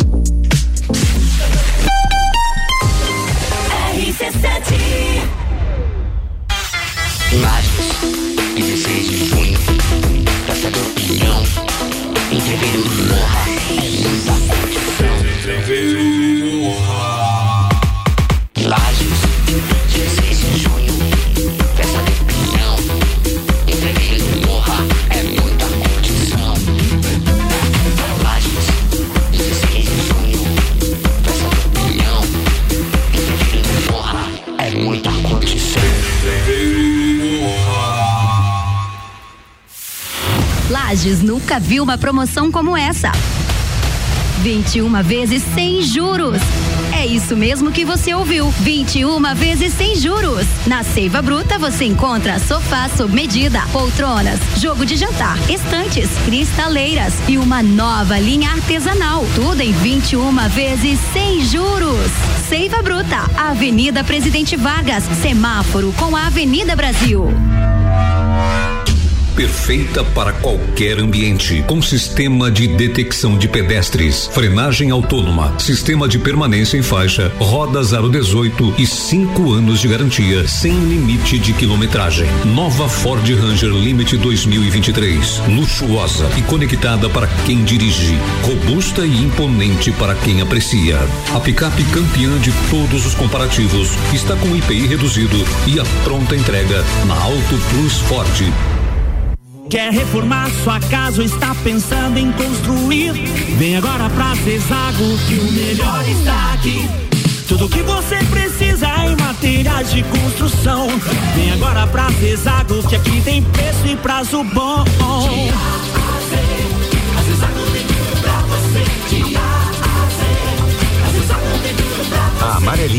R C sete Lages, dezesseis de junho, Praça do Pinhão, entreveiro do Morra, é muita curtição. Lages, dezesseis de junho, Praça do Pinhão, entreveiro do Morra, é muita curtição. Lages, dezesseis de junho, Praça do Pinhão, entreveiro do Morra, é muita curtição. Lages nunca viu uma promoção como essa. vinte e uma vezes sem juros. É isso mesmo que você ouviu. vinte e uma vezes sem juros. Na Seiva Bruta você encontra sofá sob medida, poltronas, jogo de jantar, estantes, cristaleiras e uma nova linha artesanal. Tudo em vinte e uma vezes sem juros. Seiva Bruta, Avenida Presidente Vargas, semáforo com a Avenida Brasil. Perfeita para qualquer ambiente, com sistema de detecção de pedestres, frenagem autônoma, sistema de permanência em faixa, rodas aro dezoito e cinco anos de garantia, sem limite de quilometragem. Nova Ford Ranger Limite dois mil e vinte e três, luxuosa e conectada para quem dirige, robusta e imponente para quem aprecia. A picape campeã de todos os comparativos está com I P I reduzido e a pronta entrega na Auto Plus Ford. Quer reformar sua casa ou está pensando em construir? Vem agora pra Zezago que o melhor está aqui. Tudo que você precisa em materiais de construção. Vem agora pra Zezago que aqui tem preço e prazo bom. De A a Z, a Zezago tem tudo pra você. De A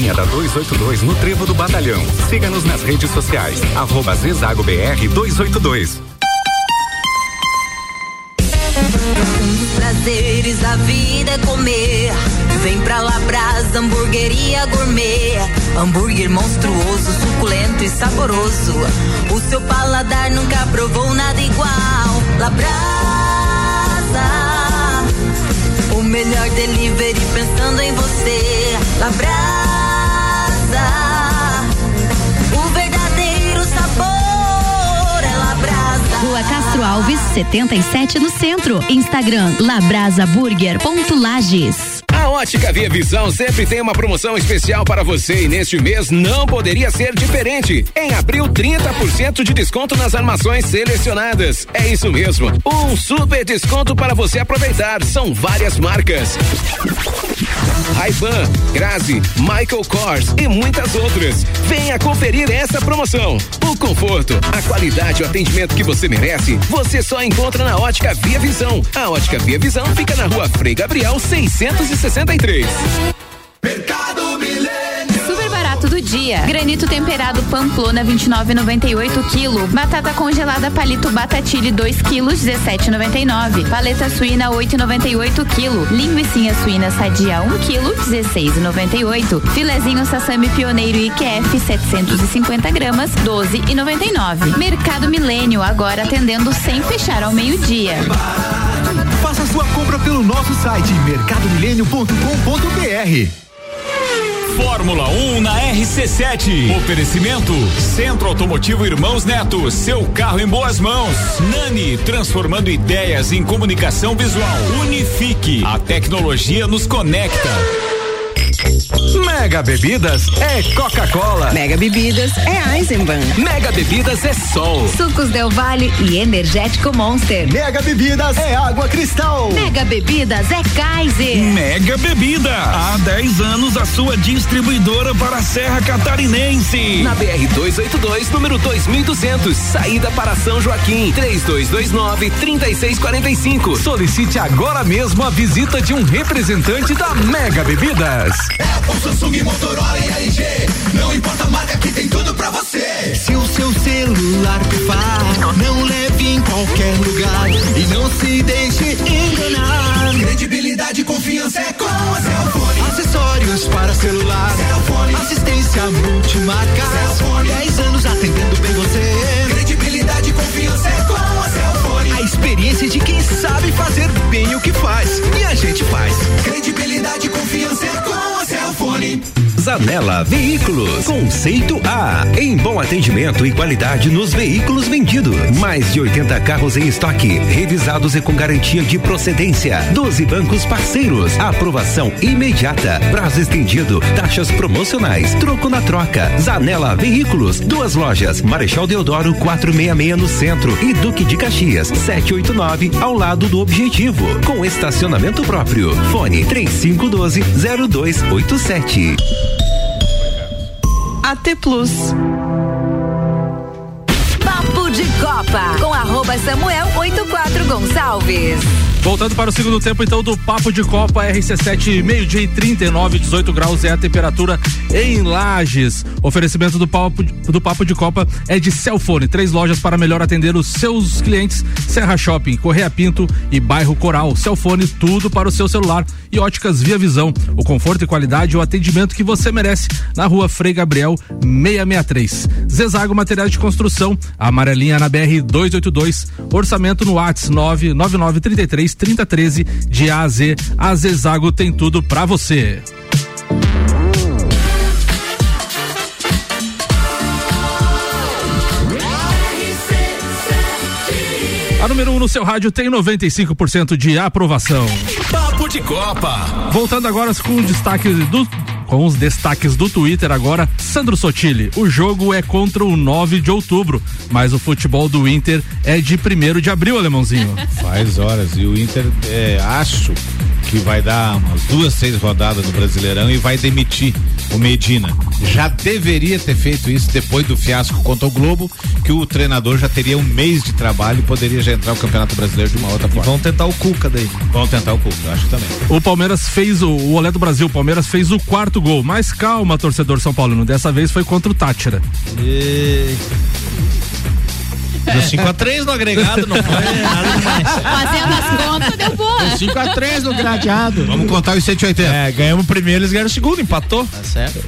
Linha da duzentos e oitenta e dois no Trevo do Batalhão. Siga-nos nas redes sociais, arroba Zezago B R duzentos e oitenta e dois. Um dos prazeres da vida é comer. Vem pra Labrasa, hamburgueria gourmet. Hambúrguer monstruoso, suculento e saboroso. O seu paladar nunca provou nada igual. Labrasa, o melhor delivery pensando em você. Labrasa, o verdadeiro sabor é Labrasa. Rua Castro Alves, setenta e sete no centro. Instagram labrasaburger.lages. A Ótica Via Visão sempre tem uma promoção especial para você e neste mês não poderia ser diferente. Em abril, trinta por cento de desconto nas armações selecionadas. É isso mesmo, um super desconto para você aproveitar. São várias marcas: Ray-Ban, Grazi, Michael Kors e muitas outras. Venha conferir essa promoção. O conforto, a qualidade e o atendimento que você merece, você só encontra na Ótica Via Visão. A Ótica Via Visão fica na Rua Frei Gabriel seiscentos e sessenta e três. Mercado Milênio. Super barato do dia. Granito temperado Pamplona vinte e nove e noventa e oito quilo. Batata congelada Palito Batatilha dois quilos dezessete e noventa e nove. Paleta suína oito e noventa e oito quilo. Linguicinha suína Sadia um quilo dezesseis e noventa e oito. Filezinho Sassami Pioneiro I Q F setecentos e cinquenta gramas doze e noventa e nove. Mercado Milênio agora atendendo sem fechar ao meio-dia. Faça sua compra pelo nosso site mercado milênio ponto com ponto b r. Fórmula um na R C sete. Oferecimento Centro Automotivo Irmãos Neto, seu carro em boas mãos. Nani, transformando ideias em comunicação visual. Unifique, a tecnologia nos conecta. Mega Bebidas é Coca-Cola. Mega Bebidas é Eisenbahn. Mega Bebidas é Sol. Sucos Del Valle e Energético Monster. Mega Bebidas é Água Cristal. Mega Bebidas é Kaiser. Mega Bebidas, há dez anos a sua distribuidora para a Serra Catarinense. Na B R duzentos e oitenta e dois, número dois mil e duzentos, saída para São Joaquim, três dois dois nove, três seis quatro cinco. Solicite agora mesmo a visita de um representante da Mega Bebidas. Apple, Samsung, Motorola e L G. Não importa a marca, que tem tudo pra você. Se o seu celular pifar, não leve em qualquer lugar e não se deixe enganar. Credibilidade e confiança é com a Cellfone. Acessórios para celular, Cellfone. Assistência multimarca, Cellfone. dez anos atendendo bem você. Credibilidade e confiança é com a Cellfone. A experiência de quem sabe fazer bem o que faz, e a gente faz. Credibilidade e confiança é com a Cellfone. Zanela Veículos, conceito A, em bom atendimento e qualidade nos veículos vendidos. Mais de oitenta carros em estoque, revisados e com garantia de procedência. doze bancos parceiros, aprovação imediata, prazo estendido, taxas promocionais, troco na troca. Zanela Veículos, duas lojas, Marechal Deodoro quatrocentos e sessenta e seis no centro e Duque de Caxias setecentos e oitenta e nove ao lado do Objetivo, com estacionamento próprio. Fone três cinco um dois zero dois oito sete. A T Plus. Papo de Copa com arroba Samuel oitenta e quatro Gonçalves. Voltando para o segundo tempo, então, do Papo de Copa, R C sete, meio-dia e trinta e nove, dezoito graus é a temperatura em Lages. Oferecimento do Papo, do Papo de Copa é de Cellfone, três lojas para melhor atender os seus clientes: Serra Shopping, Correia Pinto e Bairro Coral. Cellfone, tudo para o seu celular. E Óticas Via Visão, o conforto e qualidade e o atendimento que você merece, na Rua Frei Gabriel seiscentos e sessenta e três. Zezago Materiais de Construção, amarelinha na B R duzentos e oitenta e dois, orçamento no WhatsApp nove nove nove três três trinta treze, de A a Z. A Zezago tem tudo pra você. A número um no seu rádio tem noventa e cinco por cento de aprovação. Papo de Copa. Voltando agora com destaque do Com os destaques do Twitter agora, Sandro Sotile. O jogo é contra o nove de outubro, mas o futebol do Inter é de primeiro de abril, alemãozinho. Faz horas. E o Inter, é, acho que vai dar umas duas, seis rodadas no Brasileirão e vai demitir o Medina. Já deveria ter feito isso depois do fiasco contra o Globo, que o treinador já teria um mês de trabalho e poderia já entrar no Campeonato Brasileiro de uma outra forma. Vão tentar o Cuca daí. Vão tentar o Cuca, eu acho também. O Palmeiras fez o, o Olé do Brasil, o Palmeiras fez o quarto gol, mas calma, torcedor São Paulino, dessa vez foi contra o Táchira. E... Deu cinco a três no agregado, não foi nada demais. Fazendo as contas, deu boa. cinco a três no gradeado. Vamos contar os cento e oitenta. É, ganhamos o primeiro, eles ganharam o segundo, empatou. Tá certo.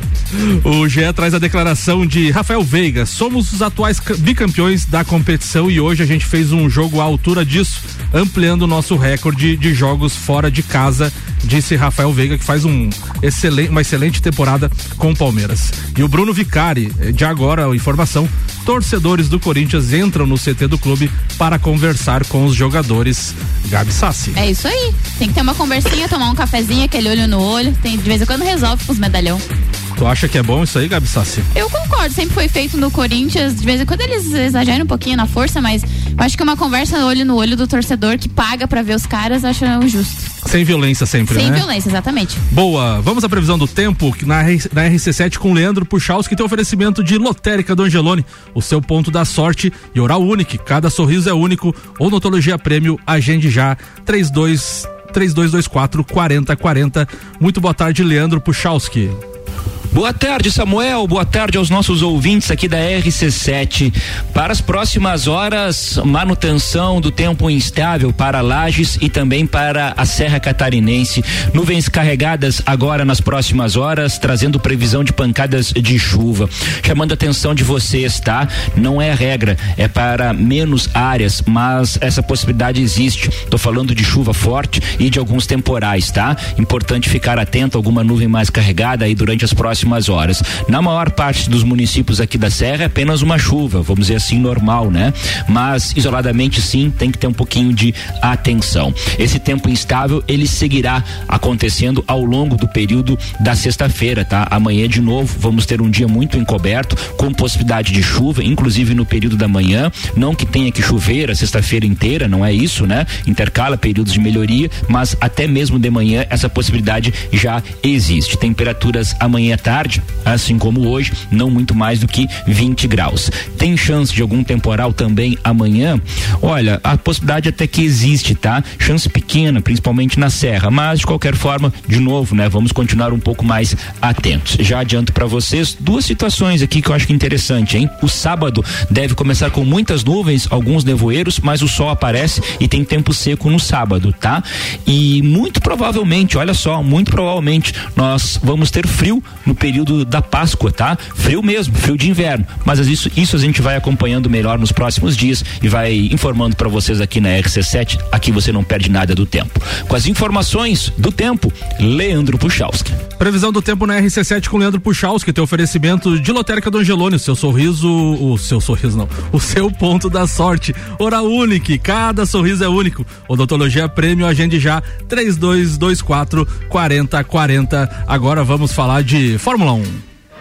O G E traz a declaração de Rafael Veiga. Somos os atuais bicampeões da competição e hoje a gente fez um jogo à altura disso, ampliando o nosso recorde de jogos fora de casa, disse Rafael Veiga, que faz um excelente, uma excelente temporada com o Palmeiras. E o Bruno Vicari, de agora, a informação, torcedores do Corinthians entram no C T do clube para conversar com os jogadores. Gabi Sassi. É isso aí. Tem que ter uma conversinha, tomar um cafezinho, aquele olho no olho. Tem, de vez em quando resolve com os medalhão. Tu acha que é bom isso aí, Gabi Sassi? Eu concordo, sempre foi feito no Corinthians, de vez em quando eles exageram um pouquinho na força, mas eu acho que uma conversa olho no olho do torcedor que paga pra ver os caras, acho justo. Sem violência sempre, Sem né? Sem violência, exatamente. Boa, vamos à previsão do tempo na, na R C sete com Leandro Puchalski, que tem oferecimento de Lotérica do Angelone, o seu ponto da sorte, e Oral Unique, cada sorriso é único. Odontologia Prêmio, agende já, trinta e dois, trinta e dois vinte e quatro, quarenta quarenta. Muito boa tarde, Leandro Puchalski. Boa tarde, Samuel. Boa tarde aos nossos ouvintes aqui da R C sete. Para as próximas horas, manutenção do tempo instável para Lages e também para a Serra Catarinense. Nuvens carregadas agora nas próximas horas, trazendo previsão de pancadas de chuva. Chamando a atenção de vocês, tá? Não é regra, é para menos áreas, mas essa possibilidade existe. Tô falando de chuva forte e de alguns temporais, tá? Importante ficar atento a alguma nuvem mais carregada aí durante as próximas horas. Na maior parte dos municípios aqui da Serra é apenas uma chuva, vamos dizer assim, normal, né? Mas isoladamente sim, tem que ter um pouquinho de atenção. Esse tempo instável, ele seguirá acontecendo ao longo do período da sexta-feira, tá? Amanhã de novo vamos ter um dia muito encoberto, com possibilidade de chuva, inclusive no período da manhã, não que tenha que chover a sexta-feira inteira, não é isso, né? Intercala períodos de melhoria, mas até mesmo de manhã essa possibilidade já existe. Temperaturas amanhã à tarde, assim como hoje, não muito mais do que vinte graus. Tem chance de algum temporal também amanhã? Olha, a possibilidade até que existe, tá? Chance pequena, principalmente na serra, mas de qualquer forma, de novo, né? Vamos continuar um pouco mais atentos. Já adianto para vocês duas situações aqui que eu acho que é interessante, hein? O sábado deve começar com muitas nuvens, alguns nevoeiros, mas o sol aparece e tem tempo seco no sábado, tá? E muito provavelmente, olha só, muito provavelmente nós vamos ter frio no período da Páscoa, tá? Frio mesmo, frio de inverno, mas isso, isso a gente vai acompanhando melhor nos próximos dias e vai informando para vocês aqui na R C sete, aqui você não perde nada do tempo. Com as informações do tempo, Leandro Puchalski. Previsão do tempo na R C sete com Leandro Puchalski, tem oferecimento de Lotérica do Angelone, o seu sorriso, o seu sorriso não, o seu ponto da sorte. Oral Unique, cada sorriso é único. Odontologia Prêmio, agende já, trinta e dois vinte e quatro, quarenta quarenta. Agora vamos falar de Fórmula um.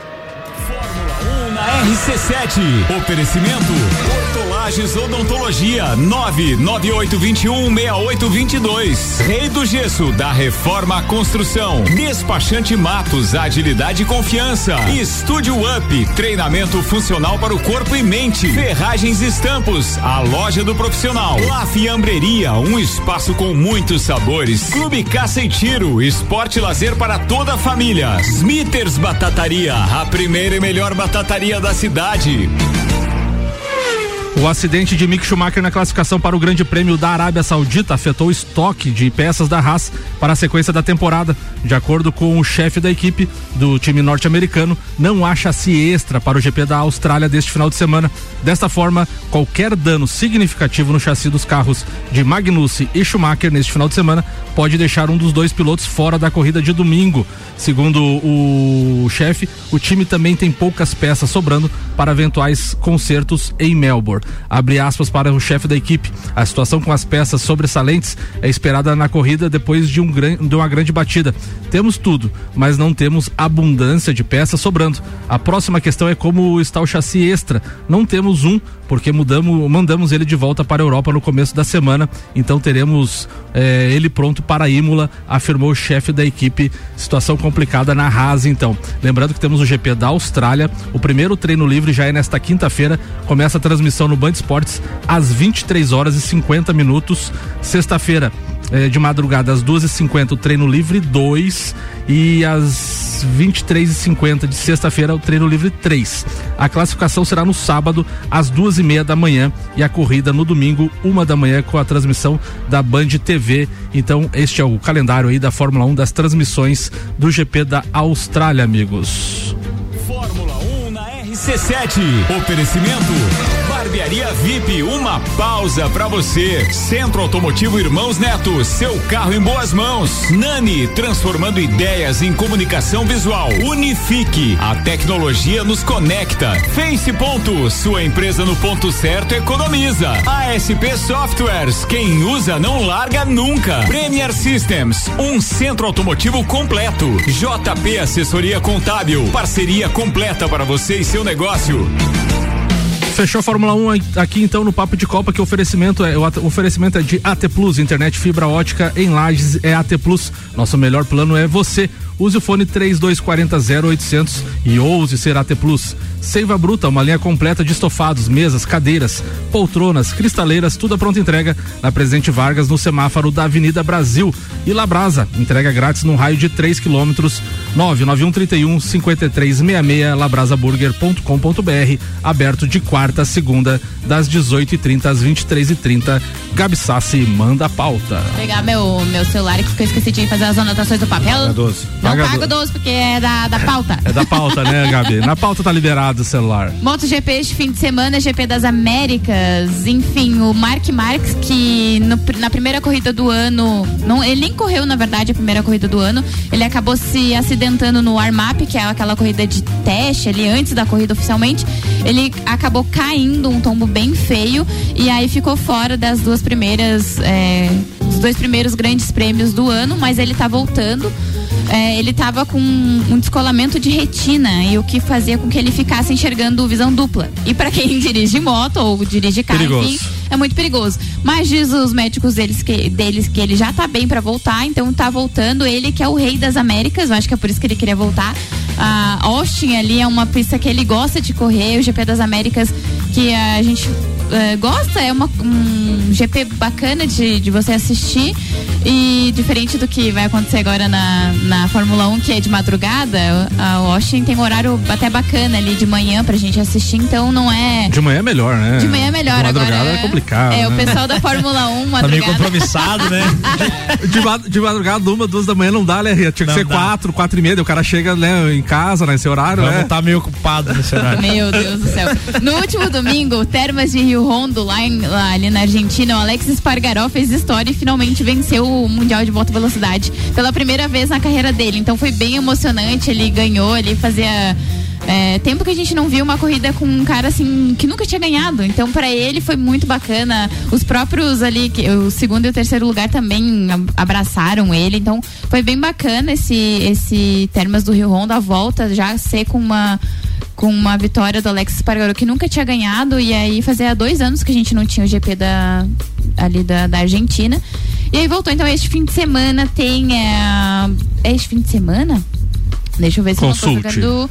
Fórmula um na R C sete. Oferecimento Lages Odontologia, nove nove oito dois um, seis oito dois dois. Rei do Gesso, da Reforma à Construção. Despachante Matos, agilidade e confiança. Estúdio Up, treinamento funcional para o corpo e mente. Ferragens Estampos, a loja do profissional. La Fiambreria, um espaço com muitos sabores. Clube Caça e Tiro, esporte e lazer para toda a família. Smithers Batataria, a primeira e melhor batataria da cidade. O acidente de Mick Schumacher na classificação para o Grande Prêmio da Arábia Saudita afetou o estoque de peças da Haas para a sequência da temporada. De acordo com o chefe da equipe do time norte-americano, não há chassi extra para o G P da Austrália deste final de semana. Desta forma, qualquer dano significativo no chassi dos carros de Magnussen e Schumacher neste final de semana pode deixar um dos dois pilotos fora da corrida de domingo. Segundo o chefe, o time também tem poucas peças sobrando para eventuais consertos em Melbourne. Abre aspas para o chefe da equipe. A situação com as peças sobressalentes é esperada na corrida depois de, um, de uma grande batida. Temos tudo, mas não temos abundância de peças sobrando. A próxima questão é como está o chassi extra. Não temos um porque mudamos, mandamos ele de volta para a Europa no começo da semana, então teremos eh, ele pronto para a Imola, afirmou o chefe da equipe. Situação complicada na Haas, então. Lembrando que temos o G P da Austrália, o primeiro treino livre já é nesta quinta-feira, começa a transmissão no Band Esportes às vinte e três horas e cinquenta minutos, sexta-feira eh, de madrugada às duas e cinquenta o treino livre dois e às vinte e três e cinquenta de sexta-feira o treino livre três. A classificação será no sábado às duas e meia da manhã e a corrida no domingo uma da manhã com a transmissão da Band T V. Então este é o calendário aí da Fórmula um, das transmissões do G P da Austrália, amigos. Fórmula um na R C sete. Oferecimento Barbearia V I P, uma pausa pra você. Centro Automotivo Irmãos Neto, seu carro em boas mãos. Nani, transformando ideias em comunicação visual. Unifique, a tecnologia nos conecta. Face Ponto, sua empresa no ponto certo economiza. A S P Softwares, quem usa não larga nunca. Premier Systems, um centro automotivo completo. J P Assessoria Contábil, parceria completa para você e seu negócio. Fechou a Fórmula um aqui então no Papo de Copa, que o oferecimento é, o oferecimento é de A T Plus, internet fibra ótica em Lages é A T Plus. Nosso melhor plano é você. Use o fone três dois quatro zero zero oitocentos e ouse ser A T Plus. Seiva Bruta, uma linha completa de estofados, mesas, cadeiras, poltronas, cristaleiras, tudo a pronta entrega na Presidente Vargas, no semáforo da Avenida Brasil. E Labrasa, entrega grátis num raio de três quilômetros. nove nove um trinta e um cinquenta e três sessenta e seis, labrasaburger ponto com ponto br, aberto de quarta a segunda, das dezoito e trinta às vinte e três e trinta. Gabi Sassi manda a pauta. Vou pegar meu, meu celular aqui que eu esqueci de fazer as anotações do papel. Paga doze. Não Paga pago do... doze porque é da, da pauta. É da pauta, né, Gabi? Na pauta tá liberado o celular. MotoGP este fim de semana, G P das Américas. Enfim, o Marc Marques, que no, na primeira corrida do ano, não, ele nem correu, na verdade, a primeira corrida do ano. Ele acabou se acidentando no warm-up, que é aquela corrida de teste ali antes da corrida oficialmente. Ele acabou caindo, um tombo bem feio, e aí ficou fora das duas primeiras, é, dos dois primeiros grandes prêmios do ano, mas ele tá voltando. É, ele estava com um descolamento de retina, e o que fazia com que ele ficasse enxergando visão dupla. E para quem dirige moto ou dirige carro, perigoso. Enfim, é muito perigoso. Mas diz os médicos deles que, deles que ele já tá bem para voltar, então tá voltando. Ele que é o rei das Américas, eu acho que é por isso que ele queria voltar. A Austin ali é uma pista que ele gosta de correr, o G P das Américas que a gente uh, gosta, é uma, um G P bacana de, de você assistir, e diferente do que vai acontecer agora na, na Fórmula um, que é de madrugada, a Austin tem um horário até bacana ali de manhã pra gente assistir, então não é... De manhã é melhor, né? De manhã é melhor. De madrugada agora é complicado. É, né? o pessoal da Fórmula um, madrugada... Tá meio compromissado, né? de, de madrugada, uma, duas da manhã não dá, né? Tinha que não ser dá. quatro, quatro e meia, o cara chega, né, em casa, nesse horário, Vamos né? tá meio ocupado nesse horário. Meu Deus do céu. No último domingo, Termas de Rio Hondo, lá, em, lá ali na Argentina, o Alex Espargaró fez história e finalmente venceu o Mundial de Moto Velocidade pela primeira vez na carreira dele. Então foi bem emocionante, ele ganhou, ele fazia... É, tempo que a gente não viu uma corrida com um cara assim que nunca tinha ganhado, então para ele foi muito bacana. Os próprios ali, que, o segundo e o terceiro lugar também abraçaram ele, então foi bem bacana esse, esse Termas do Rio Hondo, a volta já ser com uma com uma vitória do Alex Espargaró, que nunca tinha ganhado, e aí fazia dois anos que a gente não tinha o G P da, ali da, da Argentina, e aí voltou. Então este fim de semana tem é, este fim de semana deixa eu ver se Consulte. Eu não tô ficando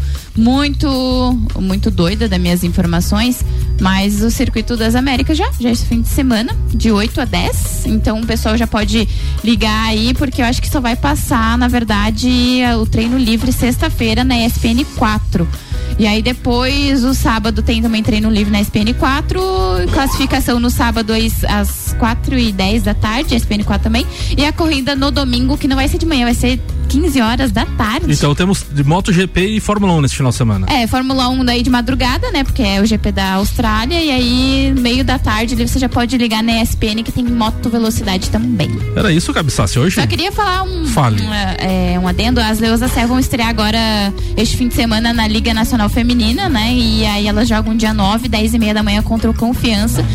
muito, muito doida das minhas informações, mas o Circuito das Américas já, já é esse fim de semana, de oito a dez, então o pessoal já pode ligar aí, porque eu acho que só vai passar, na verdade, o treino livre sexta-feira na E S P N quatro. E aí depois, o sábado tem também treino livre na E S P N quatro, classificação no sábado às quatro e dez da tarde, E S P N quatro também, e a corrida no domingo, que não vai ser de manhã, vai ser quinze horas da tarde. Então temos de MotoGP e Fórmula um nesse final de semana. É, Fórmula um daí de madrugada, né, porque é o G P da Austrália, e aí meio da tarde ali você já pode ligar na E S P N, que tem moto velocidade também. Era isso, Gabi Sassi, hoje? Só queria falar um, Fale. um, é, um adendo. As Leões da Serra vão estrear agora este fim de semana na Liga Nacional Feminina, né, e aí elas jogam dia nove, dez e meia da manhã contra o Confiança.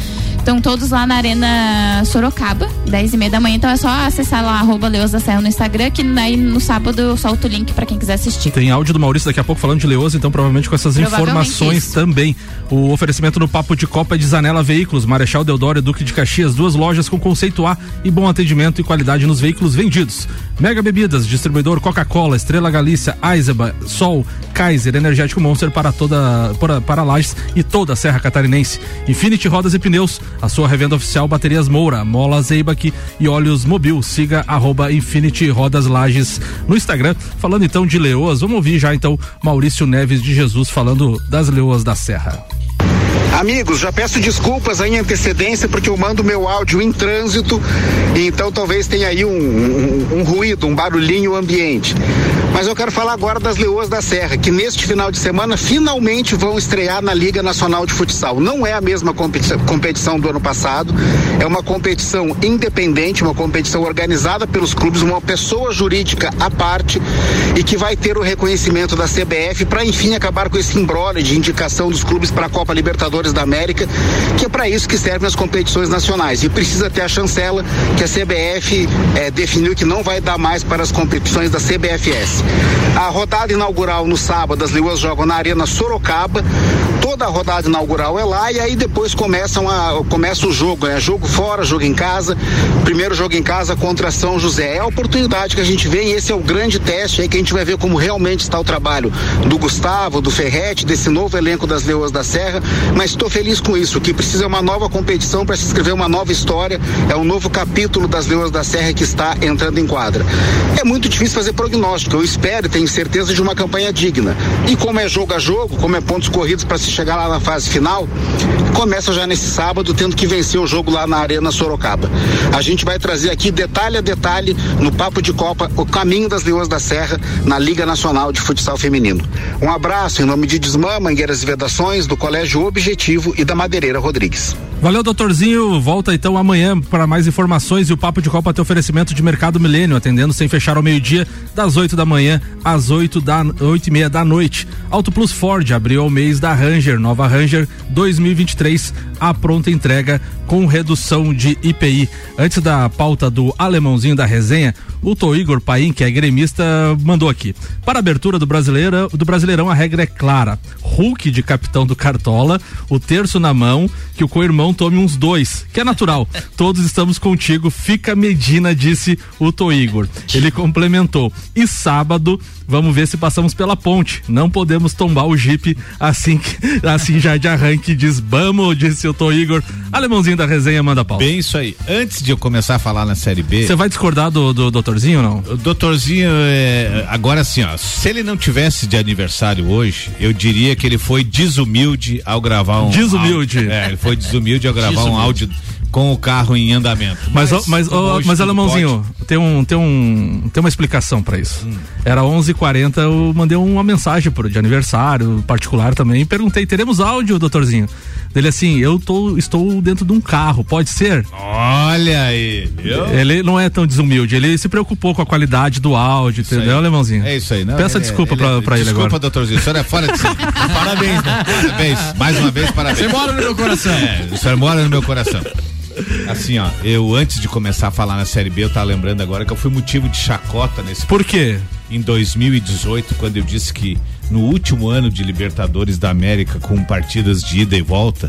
Estão todos lá na Arena Sorocaba, dez e meia da manhã. Então é só acessar lá, arroba Leoas da Serra no Instagram, que aí no sábado eu solto o link pra quem quiser assistir. Tem áudio do Maurício daqui a pouco falando de Leoas, então provavelmente com essas informações isso. também. O oferecimento no Papo de Copa é de Zanela Veículos, Marechal Deodoro e Duque de Caxias, duas lojas com conceito A e bom atendimento e qualidade nos veículos vendidos. Mega Bebidas, distribuidor Coca-Cola, Estrela Galícia, Eisenbahn, Sol, Kaiser, Energético Monster para toda, para, para Lages e toda a Serra Catarinense. Infinity Rodas e Pneus, a sua revenda oficial Baterias Moura, Mola Zeibach e Óleos Mobil. Siga arroba Infinity Rodas Lages no Instagram. Falando então de Leoas, vamos ouvir já então Maurício Neves de Jesus falando das Leoas da Serra. Amigos, já peço desculpas aí em antecedência porque eu mando meu áudio em trânsito, então talvez tenha aí um, um, um ruído, um barulhinho ambiente. Mas eu quero falar agora das Leoas da Serra, que neste final de semana finalmente vão estrear na Liga Nacional de Futsal. Não é a mesma competição, competição do ano passado, é uma competição independente, uma competição organizada pelos clubes, uma pessoa jurídica à parte e que vai ter o reconhecimento da C B F para enfim acabar com esse imbróglio de indicação dos clubes para a Copa Libertadores da América, que é para isso que servem as competições nacionais. E precisa ter a chancela que a C B F eh, definiu que não vai dar mais para as competições da C B F S. A rodada inaugural no sábado, as Leoas jogam na Arena Sorocaba. Toda a rodada inaugural é lá e aí depois começam a, começa o jogo, é jogo fora, jogo em casa. Primeiro jogo em casa contra São José. É a oportunidade que a gente vê e esse é o grande teste aí que a gente vai ver como realmente está o trabalho do Gustavo, do Ferretti, desse novo elenco das Leoas da Serra. Mas estou feliz com isso, que precisa uma nova competição para se escrever uma nova história, é um novo capítulo das Leoas da Serra que está entrando em quadra. É muito difícil fazer prognóstico, eu espero e tenho certeza de uma campanha digna. E como é jogo a jogo, como é pontos corridos para se chegar lá na fase final, começa já nesse sábado tendo que vencer o jogo lá na Arena Sorocaba. A gente vai trazer aqui detalhe a detalhe no Papo de Copa o caminho das Leoas da Serra na Liga Nacional de Futsal Feminino. Um abraço em nome de Desmã, Mangueiras e Vedações, do Colégio Objetivo e da Madeireira Rodrigues. Valeu, doutorzinho. Volta então amanhã para mais informações e o Papo de Copa tem oferecimento de Mercado Milênio, atendendo sem fechar ao meio-dia, das oito da manhã às oito da oito e meia da noite. Auto Plus Ford abriu o mês da Ranger, nova Ranger dois mil e vinte e três, a pronta entrega com redução de I P I. Antes da pauta do alemãozinho da resenha, o Tô Igor Paim, que é gremista, mandou aqui. Para a abertura do, brasileira, do Brasileirão, a regra é clara. Hulk de capitão do Cartola, o terço na mão, que o co-irmão tome uns dois, que é natural. Todos estamos contigo, fica Medina, disse o Tô Igor. Ele complementou. E sábado, vamos ver se passamos pela ponte. Não podemos tombar o Jeep assim, assim já de arranque, diz vamos, disse o Tô Igor. Alemãozinho da resenha, manda pau. Bem isso aí. Antes de eu começar a falar na Série B... Você vai discordar do, do doutorzinho ou não? O doutorzinho, é, agora sim, ó, se ele não tivesse de aniversário hoje, eu diria que ele foi desumilde ao gravar um... Desumilde? Áudio. É, ele foi desumilde ao gravar desumilde. um áudio com o carro em andamento. Mas, mas, mas, oh, mas alemãozinho, tem, um, tem, um, tem uma explicação pra isso. Hum. Era onze e quarenta, eu mandei uma mensagem pro, de aniversário particular também e perguntei, teremos áudio, doutorzinho? Dele assim, eu tô, estou dentro de um carro, pode ser? Olha aí, viu? Ele não é tão desumilde, ele se preocupou com a qualidade do áudio, isso entendeu, aí. Alemãozinho? É isso aí, não? Peça ele, desculpa ele, pra, ele, pra ele desculpa, agora. Desculpa, doutorzinho, o senhor é fora de si. Parabéns, né? Parabéns, mais uma vez, parabéns. Você mora no meu coração. É, o senhor mora no meu coração. Assim, ó, eu antes de começar a falar na Série B, eu tava lembrando agora que eu fui motivo de chacota nesse... Por quê? Em dois mil e dezoito, quando eu disse que no último ano de Libertadores da América, com partidas de ida e volta,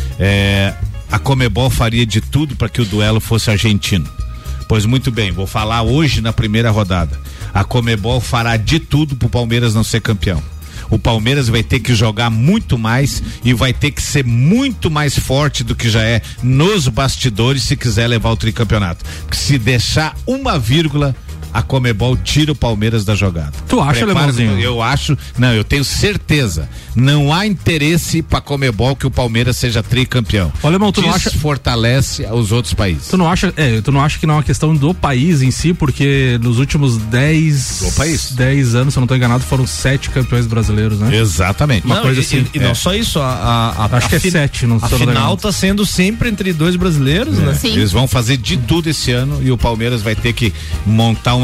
é, a Comebol faria de tudo para que o duelo fosse argentino. Pois muito bem, vou falar hoje na primeira rodada. A Comebol fará de tudo pro Palmeiras não ser campeão. O Palmeiras vai ter que jogar muito mais e vai ter que ser muito mais forte do que já é nos bastidores se quiser levar o tricampeonato. Se deixar uma vírgula, a Comebol tira o Palmeiras da jogada. Tu acha, Alemãozinho? Eu acho, não, eu tenho certeza. Não há interesse pra Comebol que o Palmeiras seja tricampeão. Olha, irmão, tu não acha... fortalece os outros países. Tu não acha, é, tu não acha que não é uma questão do país em si, porque nos últimos dez dez anos, se eu não tô enganado, foram sete campeões brasileiros, né? Exatamente. Uma não, coisa e, assim. E, e não é. só isso, a, a, a acho a que é fi, sete, não A final tá sendo sempre entre dois brasileiros, é. né? Sim. Eles vão fazer de tudo esse ano e o Palmeiras vai ter que montar um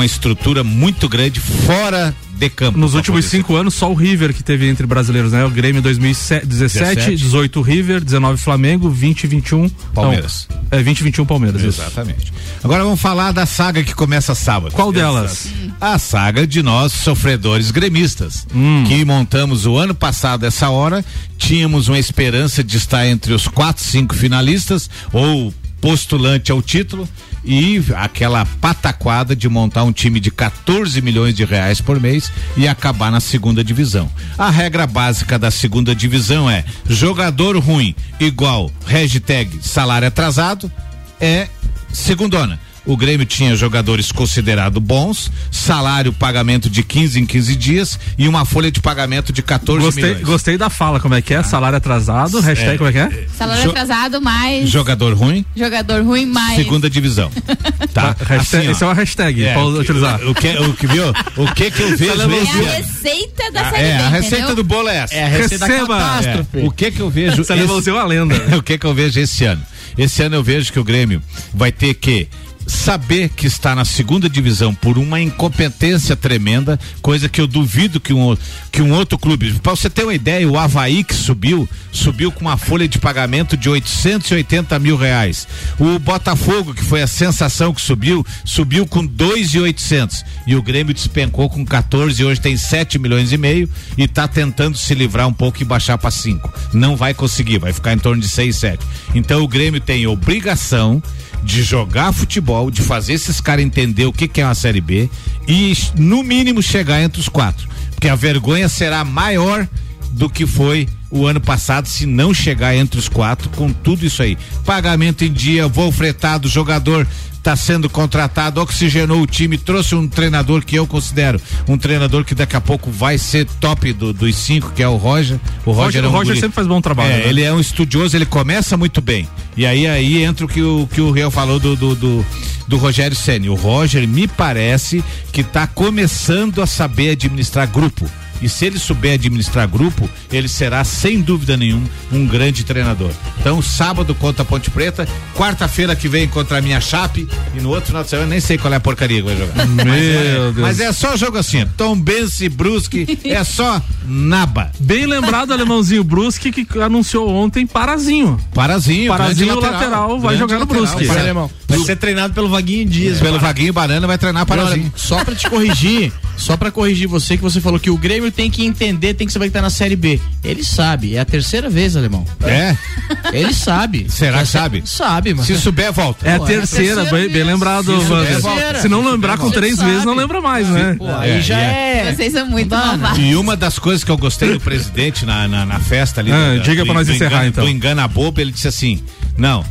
uma estrutura muito grande fora de campo. Nos últimos cinco anos, só o River que teve entre brasileiros, né? O Grêmio dois mil e dezessete, dezoito River, dezenove Flamengo, vinte e vinte e um Palmeiras. Não, é vinte e vinte e um Palmeiras. Exatamente. Isso. Agora vamos falar da saga que começa sábado. Qual delas? A saga de nós sofredores gremistas, hum. que montamos o ano passado essa hora, tínhamos uma esperança de estar entre os quatro, cinco finalistas ou postulante ao título, e aquela pataquada de montar um time de quatorze milhões de reais por mês e acabar na segunda divisão. A regra básica da segunda divisão é: jogador ruim igual hashtag salário atrasado é segundona. O Grêmio tinha jogadores considerados bons, salário, pagamento de quinze em quinze dias e uma folha de pagamento de quatorze gostei, milhões. Gostei da fala, como é que é? Ah. Salário atrasado, hashtag é, como é que é? Salário jo atrasado mais... Jogador ruim. Jogador ruim mais... Segunda divisão. Tá. Hashtag, assim, esse é uma hashtag, é, pode utilizar. O que, o que viu? O que que eu vejo... É a receita da Série B, É, a receita entendeu? do bolo é essa. É a receita Receba. da catástrofe. É. O que que eu vejo... Você levou uma lenda. O que que eu vejo esse ano? Esse ano eu vejo que o Grêmio vai ter que saber que está na segunda divisão por uma incompetência tremenda, coisa que eu duvido que um, que um outro clube, para você ter uma ideia, o Avaí que subiu, subiu com uma folha de pagamento de oitocentos e oitenta mil reais. O Botafogo, que foi a sensação que subiu, subiu com dois e oitocentos, e o Grêmio despencou com quatorze e hoje tem sete milhões e meio e está tentando se livrar um pouco e baixar para cinco. Não vai conseguir, vai ficar em torno de seis, sete. Então o Grêmio tem obrigação de jogar futebol, de fazer esses caras entender o que, que é uma Série B e no mínimo chegar entre os quatro, porque a vergonha será maior do que foi o ano passado se não chegar entre os quatro com tudo isso aí. Pagamento em dia, voo fretado, jogador está sendo contratado, oxigenou o time, trouxe um treinador que eu considero um treinador que daqui a pouco vai ser top do, dos cinco, que é o Roger. O Roger, Roger, é um o Roger guri, sempre faz bom trabalho. É, né? Ele é um estudioso, ele começa muito bem. E aí aí entra o que o que o Riel falou do do, do, do Rogério Ceni. O Roger me parece que está começando a saber administrar grupo. E se ele souber administrar grupo, ele será, sem dúvida nenhuma, um grande treinador. Então, sábado contra a Ponte Preta, quarta-feira que vem contra a minha Chape, e no outro final de semana eu nem sei qual é a porcaria que vai jogar. Meu mas, é, Deus. mas é só jogo assim, Tombense, Brusque, é só naba. Bem lembrado, alemãozinho Brusque, que anunciou ontem Parazinho. Parazinho, Parazinho lateral, lateral, vai jogar no lateral, Brusque. vai, alemão. Vai ser treinado pelo Vaguinho Dias. Pelo Vaguinho Banana vai treinar Parazinho. Só pra te corrigir, só pra corrigir você, que você falou que o Grêmio tem que entender, tem que saber que tá na Série B. Ele sabe, é a terceira vez, alemão. É? Ele sabe. Será que Essa, sabe? Sabe, mas... Se souber, volta. É a Pô, terceira, é a terceira bem, bem lembrado, Se Wander. souber, Se não lembrar com três sabe. vezes, não lembra mais, né? Pô, aí É, já é. é. Vocês são muito malvados. E uma das coisas que eu gostei do presidente na, na, na festa ali. Ah, do, diga do, pra nós do encerrar, engana, então. Do engana bobo, ele disse assim: não,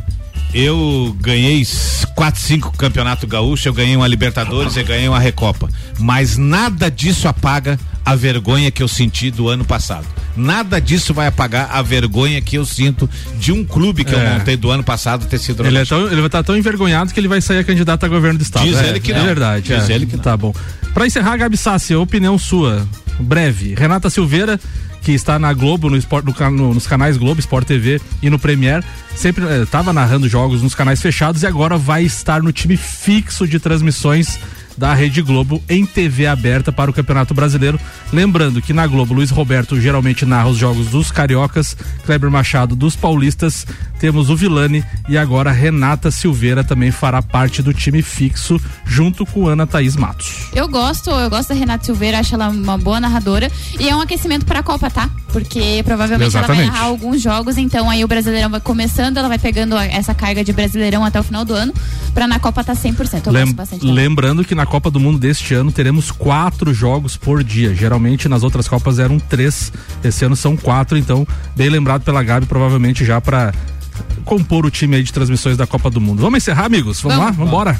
eu ganhei quatro, cinco campeonato gaúcho, eu ganhei uma Libertadores, eu ganhei uma Recopa, mas nada disso apaga a vergonha que eu senti do ano passado. Nada disso vai apagar a vergonha que eu sinto de um clube que É. eu montei do ano passado ter sido Ele, é tão, ele vai estar tão envergonhado que ele vai sair candidato a governo do estado. Diz é, ele que é não. verdade. Diz é. ele que não. Tá bom. Pra encerrar, Gabi Sassi, opinião sua, breve. Renata Silveira, que está na Globo, no Sport, no, no, nos canais Globo, Sport T V e no Premier, sempre estava eh, narrando jogos nos canais fechados e agora vai estar no time fixo de transmissões da Rede Globo em T V aberta para o Campeonato Brasileiro. Lembrando que na Globo, Luiz Roberto geralmente narra os jogos dos cariocas, Kleber Machado dos paulistas, temos o Vilani e agora Renata Silveira também fará parte do time fixo junto com Ana Thaís Matos. Eu gosto, eu gosto da Renata Silveira, acho ela uma boa narradora e é um aquecimento para a Copa, tá? Porque provavelmente Exatamente. ela vai narrar alguns jogos, então aí o Brasileirão vai começando, ela vai pegando essa carga de Brasileirão até o final do ano, pra na Copa tá cem por cento. Eu Lem gosto bastante dela. lembrando que na Copa do Mundo deste ano teremos quatro jogos por dia. Geralmente nas outras Copas eram três. Esse ano são quatro, então bem lembrado pela Gabi, provavelmente já para compor o time aí de transmissões da Copa do Mundo. Vamos encerrar, amigos? Vamos, Vamos. lá? Vamos embora.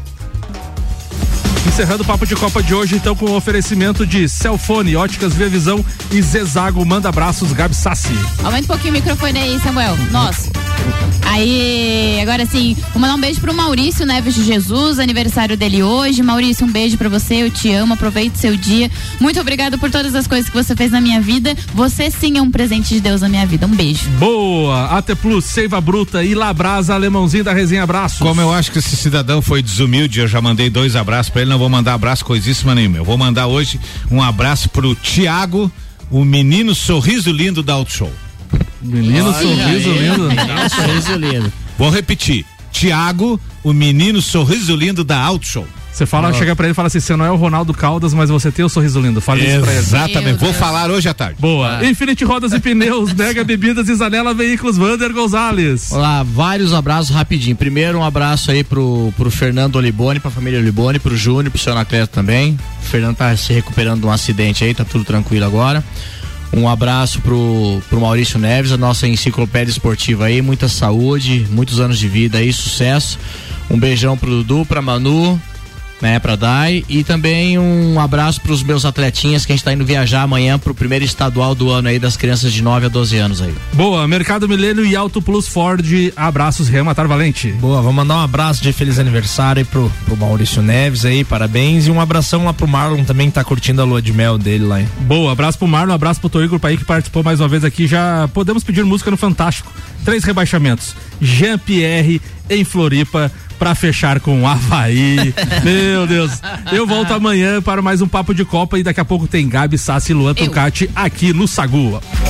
Encerrando o Papo de Copa de hoje, então, com o oferecimento de Celfone, Óticas Via Visão e Zezago. Manda abraços, Gabi Sassi. Aumenta um pouquinho o microfone aí, Samuel. Nossa. Aí, agora sim, vou mandar um beijo pro Maurício Neves de Jesus, aniversário dele hoje. Maurício, um beijo pra você, eu te amo, aproveite seu dia. Muito obrigado por todas as coisas que você fez na minha vida. Você sim é um presente de Deus na minha vida. Um beijo. Boa! A T Plus, Seiva Bruta e Labrasa, alemãozinho da resenha, abraço. Como eu acho que esse cidadão foi desumilde, eu já mandei dois abraços pra ele, não vou mandar abraço coisíssima nenhuma. Eu vou mandar hoje um abraço pro Tiago, o menino sorriso lindo da Auto Show. Menino Olha sorriso aí. lindo. Menino sorriso lindo. Vou repetir. Tiago, o menino sorriso lindo da Auto Show. Você fala, oh. chega pra ele e fala assim: você não é o Ronaldo Caldas, mas você tem o sorriso lindo. Fala isso pra ele. Exatamente. Vou falar hoje à tarde. Boa. Ah. Infinity Rodas e Pneus, Mega Bebidas e Zanela Veículos, Vander Gonzalez. Olá, vários abraços rapidinho. Primeiro, um abraço aí pro, pro Fernando Olibone, pra família Olibone, pro Júnior, pro seu Anacleto também. O Fernando tá se recuperando de um acidente aí, tá tudo tranquilo agora. Um abraço pro, pro Maurício Neves, a nossa enciclopédia esportiva aí, muita saúde, muitos anos de vida aí, sucesso. Um beijão pro Dudu, pra Manu, né, pra Dai, e também um abraço pros meus atletinhas que a gente tá indo viajar amanhã pro primeiro estadual do ano aí das crianças de nove a doze anos aí. Boa, Mercado Milênio e Auto Plus Ford, abraços, Real Matar Valente. Boa, vamos mandar um abraço de feliz aniversário aí pro, pro Maurício Neves aí, parabéns, e um abração lá pro Marlon também que tá curtindo a lua de mel dele lá. Hein? Boa, abraço pro Marlon, abraço pro Toigor Paí que participou mais uma vez aqui, já podemos pedir música no Fantástico. Três rebaixamentos, Jean-Pierre em Floripa, pra fechar com o Havaí. Meu Deus. Eu volto amanhã para mais um Papo de Copa e daqui a pouco tem Gabi, Sassi e Luan Tucati aqui no Sagu.